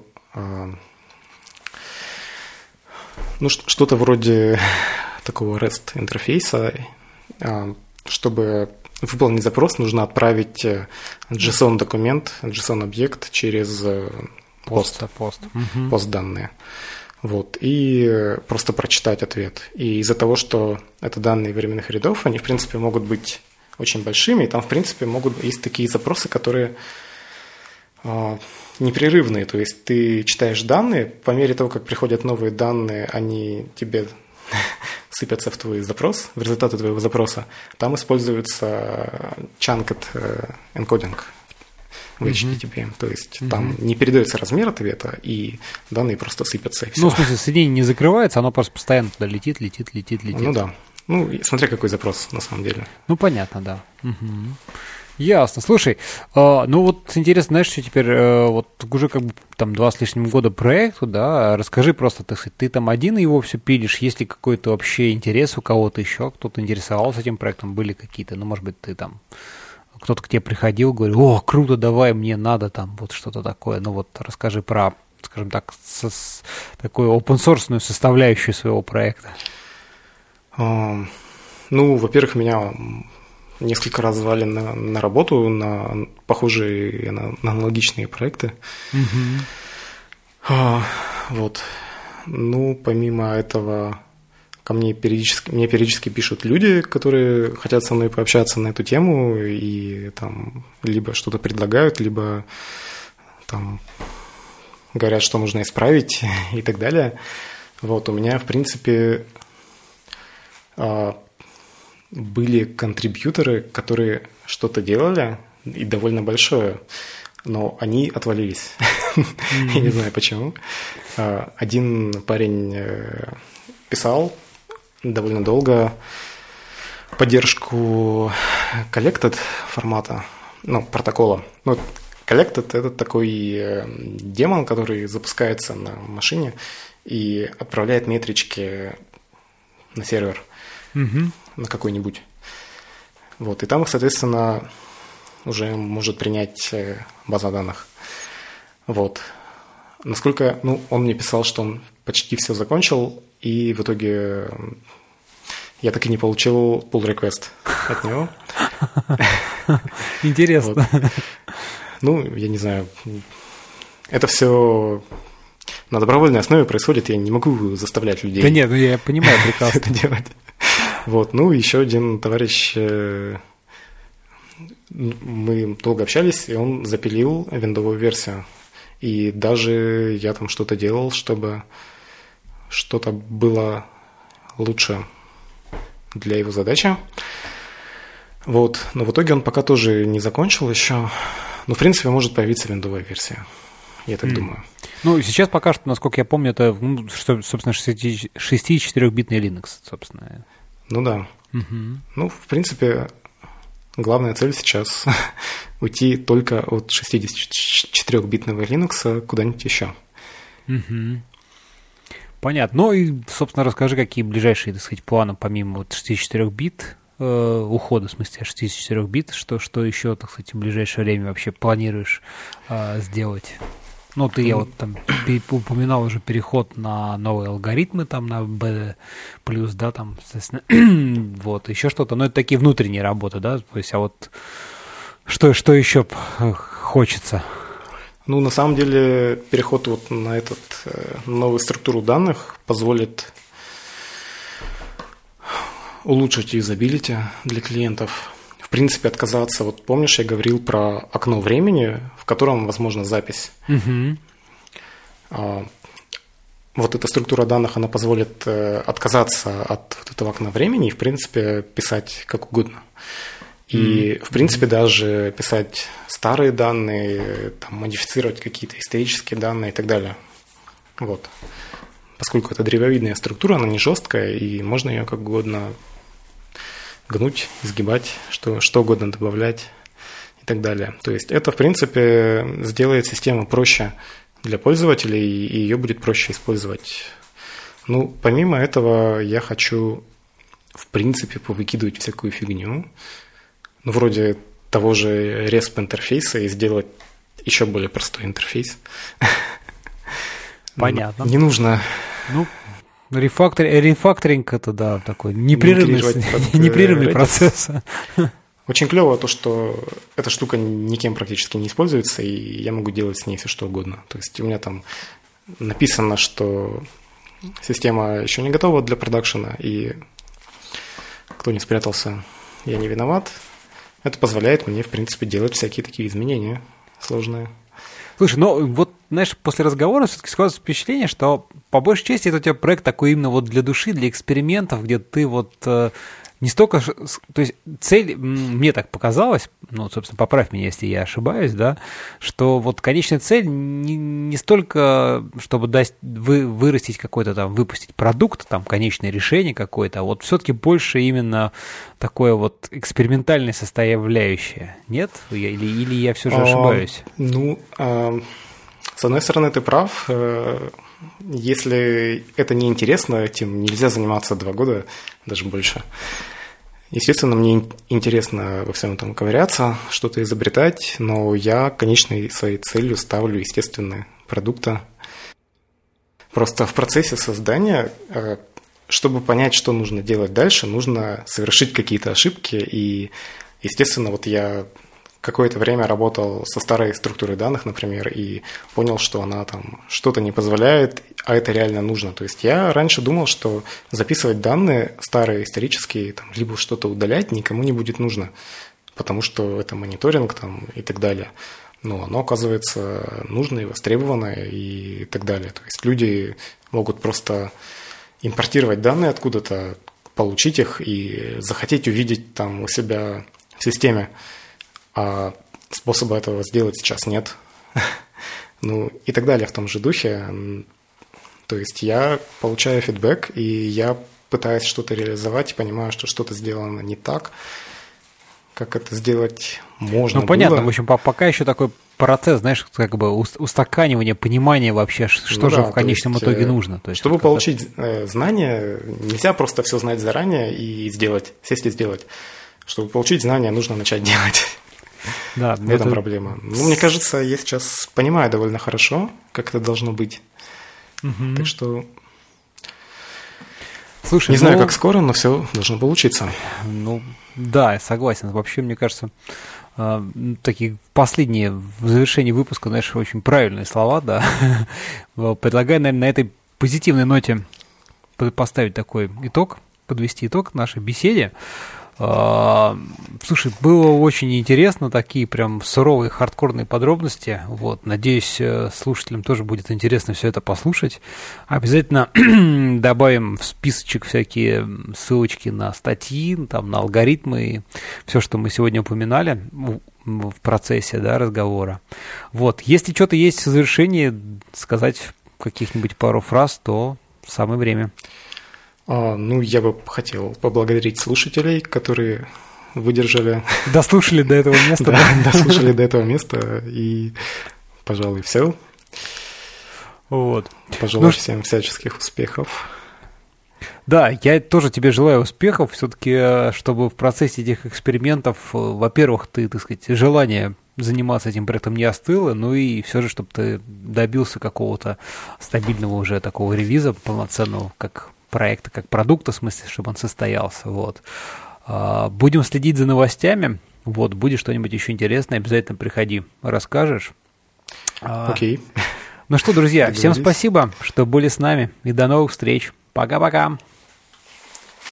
ну, что-то вроде такого REST интерфейса. Чтобы выполнить запрос, нужно отправить JSON-документ, JSON-объект через пост, пост. пост данные. Вот, и просто прочитать ответ. И из-за того, что это данные временных рядов, они, в принципе, могут быть очень большими, и там, в принципе, могут есть такие запросы, которые э, непрерывные. То есть ты читаешь данные, по мере того, как приходят новые данные, они тебе сыпятся в твой запрос, в результаты твоего запроса. Там используется chunket encoding в эйч ти ти пи. Mm-hmm. То есть mm-hmm. там не передается размер ответа, и данные просто сыпятся. И все. Ну, в смысле, соединение не закрывается, оно просто постоянно туда летит, летит, летит, летит. Ну да. Ну, смотря какой запрос, на самом деле. Ну, понятно, да. Угу. Ясно. Слушай, э, ну вот интересно, знаешь, что теперь, э, вот уже как бы там два с лишним года проекту, да, расскажи просто, так сказать, ты там один его все пилишь, есть ли какой-то вообще интерес у кого-то еще, кто-то интересовался этим проектом, были какие-то, ну, может быть, ты там, кто-то к тебе приходил, говорил, о, круто, давай, мне надо там вот что-то такое, ну вот расскажи про, скажем так, со, с, такую open-source составляющую своего проекта. Um, ну, во-первых, меня несколько раз звали на, на работу, на похожие, на, на аналогичные проекты. Mm-hmm. Uh, вот. Ну, помимо этого, ко мне периодически, мне периодически пишут люди, которые хотят со мной пообщаться на эту тему и там либо что-то предлагают, либо там говорят, что нужно исправить и так далее. Вот, у меня, в принципе, были контрибьюторы, которые что-то делали, и довольно большое, но они отвалились. Mm-hmm. Я не знаю почему. Один парень писал довольно долго поддержку collected формата, ну, протокола. Ну, collected – это такой демон, который запускается на машине и отправляет метрички на сервер. Mm-hmm. На какой-нибудь. Вот. И там их, соответственно, уже может принять база данных. Вот. Насколько, ну, он мне писал, что он почти все закончил, и в итоге я так и не получил pull request от него. Интересно. Ну, я не знаю. Это все на добровольной основе происходит, я не могу заставлять людей. Да нет, ну я понимаю прекрасно. Это делать. Вот, ну, еще один товарищ, мы долго общались, и он запилил виндовую версию. И даже я там что-то делал, чтобы что-то было лучше для его задачи. Вот, но в итоге он пока тоже не закончил еще. Но, в принципе, может появиться виндовая версия. Я так mm. думаю. Ну, сейчас пока что, насколько я помню, это, ну, что, собственно, шесть- и четырёхбитный Linux, собственно. Ну да. Uh-huh. Ну, в принципе, главная цель сейчас уйти только от шестидесятичетырёхбитного Linux куда-нибудь еще. Uh-huh. Понятно. Ну и, собственно, расскажи, какие ближайшие, так сказать, планы помимо вот шестидесяти четырёх бит, э, ухода, в смысле, шестидесяти четырёх бит, что, что еще, так сказать, в ближайшее время вообще планируешь э, сделать? Ну, ты, я вот там упоминал уже переход на новые алгоритмы, там, на би плюс, да, там, соответственно, вот, еще что-то, но это такие внутренние работы, да, то есть, а вот что, что еще хочется? Ну, на самом деле, переход вот на этот новую структуру данных позволит улучшить юзабилити для клиентов. В принципе, отказаться, вот помнишь, я говорил про окно времени, в котором возможна запись. Угу. А, вот эта структура данных, она позволит отказаться от вот этого окна времени и, в принципе, писать как угодно. И, mm-hmm. в принципе, даже писать старые данные, там, модифицировать какие-то исторические данные и так далее. Вот. Поскольку это древовидная структура, она не жесткая, и можно ее как угодно гнуть, изгибать, что, что угодно добавлять и так далее. То есть это, в принципе, сделает систему проще для пользователей, и ее будет проще использовать. Ну, помимо этого, я хочу, в принципе, повыкидывать всякую фигню, ну, вроде того же респ интерфейса, и сделать еще более простой интерфейс. Понятно. Не нужно... Ну, рефактор, рефакторинг это, да, такой непрерывный, непрерывный процесс. Очень клево то, что эта штука никем практически не используется, и я могу делать с ней все что угодно. То есть у меня там написано, что система еще не готова для продакшена, и кто не спрятался, я не виноват. Это позволяет мне, в принципе, делать всякие такие изменения сложные. Слушай, ну вот, знаешь, после разговора все-таки складывается впечатление, что по большей части это у тебя проект такой именно вот для души, для экспериментов, где ты вот э, не столько... То есть цель, мне так показалось, ну, собственно, поправь меня, если я ошибаюсь, да, что вот конечная цель не, не столько, чтобы дать, вы, вырастить какой-то там, выпустить продукт, там, конечное решение какое-то, а вот все-таки больше именно такое вот экспериментальное составляющее. Нет? Я, или, или я все же ошибаюсь? А, ну, а, с одной стороны, ты прав. Если это неинтересно, этим нельзя заниматься два года, даже больше. Естественно, мне интересно во всем этом ковыряться, что-то изобретать, но я конечной своей целью ставлю естественные продукты. Просто в процессе создания, чтобы понять, что нужно делать дальше, нужно совершить какие-то ошибки. И, естественно, вот я какое-то время работал со старой структурой данных, например, и понял, что она там что-то не позволяет, а это реально нужно. То есть я раньше думал, что записывать данные старые, исторические, там, либо что-то удалять никому не будет нужно, потому что это мониторинг там, и так далее. Но оно, оказывается, нужно и востребовано и так далее. То есть люди могут просто импортировать данные откуда-то, получить их и захотеть увидеть там у себя в системе. А способа этого сделать сейчас нет. Ну и так далее в том же духе. То есть я получаю фидбэк, и я пытаюсь что-то реализовать, и понимаю, что что-то сделано не так, как это сделать можно Ну понятно, было. в общем, пока еще такой процесс, знаешь, как бы устаканивание, понимание вообще, что ну же да, в конечном есть, итоге нужно. То есть, чтобы вот получить это... знания, нельзя просто все знать заранее и сделать, сесть и сделать. Чтобы получить знания, нужно начать делать. Да, в этом это... проблема. Ну, мне кажется, я сейчас понимаю довольно хорошо, как это должно быть. Угу. Так что Слушай, не ну... знаю, как скоро, но все должно получиться. Ну, да, я согласен. Вообще, мне кажется, такие последние в завершении выпуска, знаешь, очень правильные слова, да. Предлагаю, наверное, на этой позитивной ноте поставить такой итог, подвести итог нашей беседе. Слушай, было очень интересно, такие прям суровые, хардкорные подробности. Вот, надеюсь, слушателям тоже будет интересно все это послушать. Обязательно добавим в списочек всякие ссылочки на статьи, там, на алгоритмы, все, что мы сегодня упоминали в процессе, да, разговора. Вот, если что-то есть в завершении, сказать каких-нибудь пару фраз, то самое время. А, ну, я бы хотел поблагодарить слушателей, которые выдержали. Дослушали до этого места. Да, дослушали до этого места, и, пожалуй, все. Вот. Пожелаю Ну, всем всяческих успехов. Да, я тоже тебе желаю успехов. Все-таки, чтобы в процессе этих экспериментов, во-первых, ты, так сказать, желание заниматься этим проектом не остыло, ну и все же, чтобы ты добился какого-то стабильного уже такого релиза полноценного, как проекта, как продукта, в смысле, чтобы он состоялся. Вот. Будем следить за новостями. Вот, будет что-нибудь еще интересное, обязательно приходи, расскажешь. Окей. Okay. Ну что, друзья, всем спасибо, что были с нами, и до новых встреч. Пока-пока.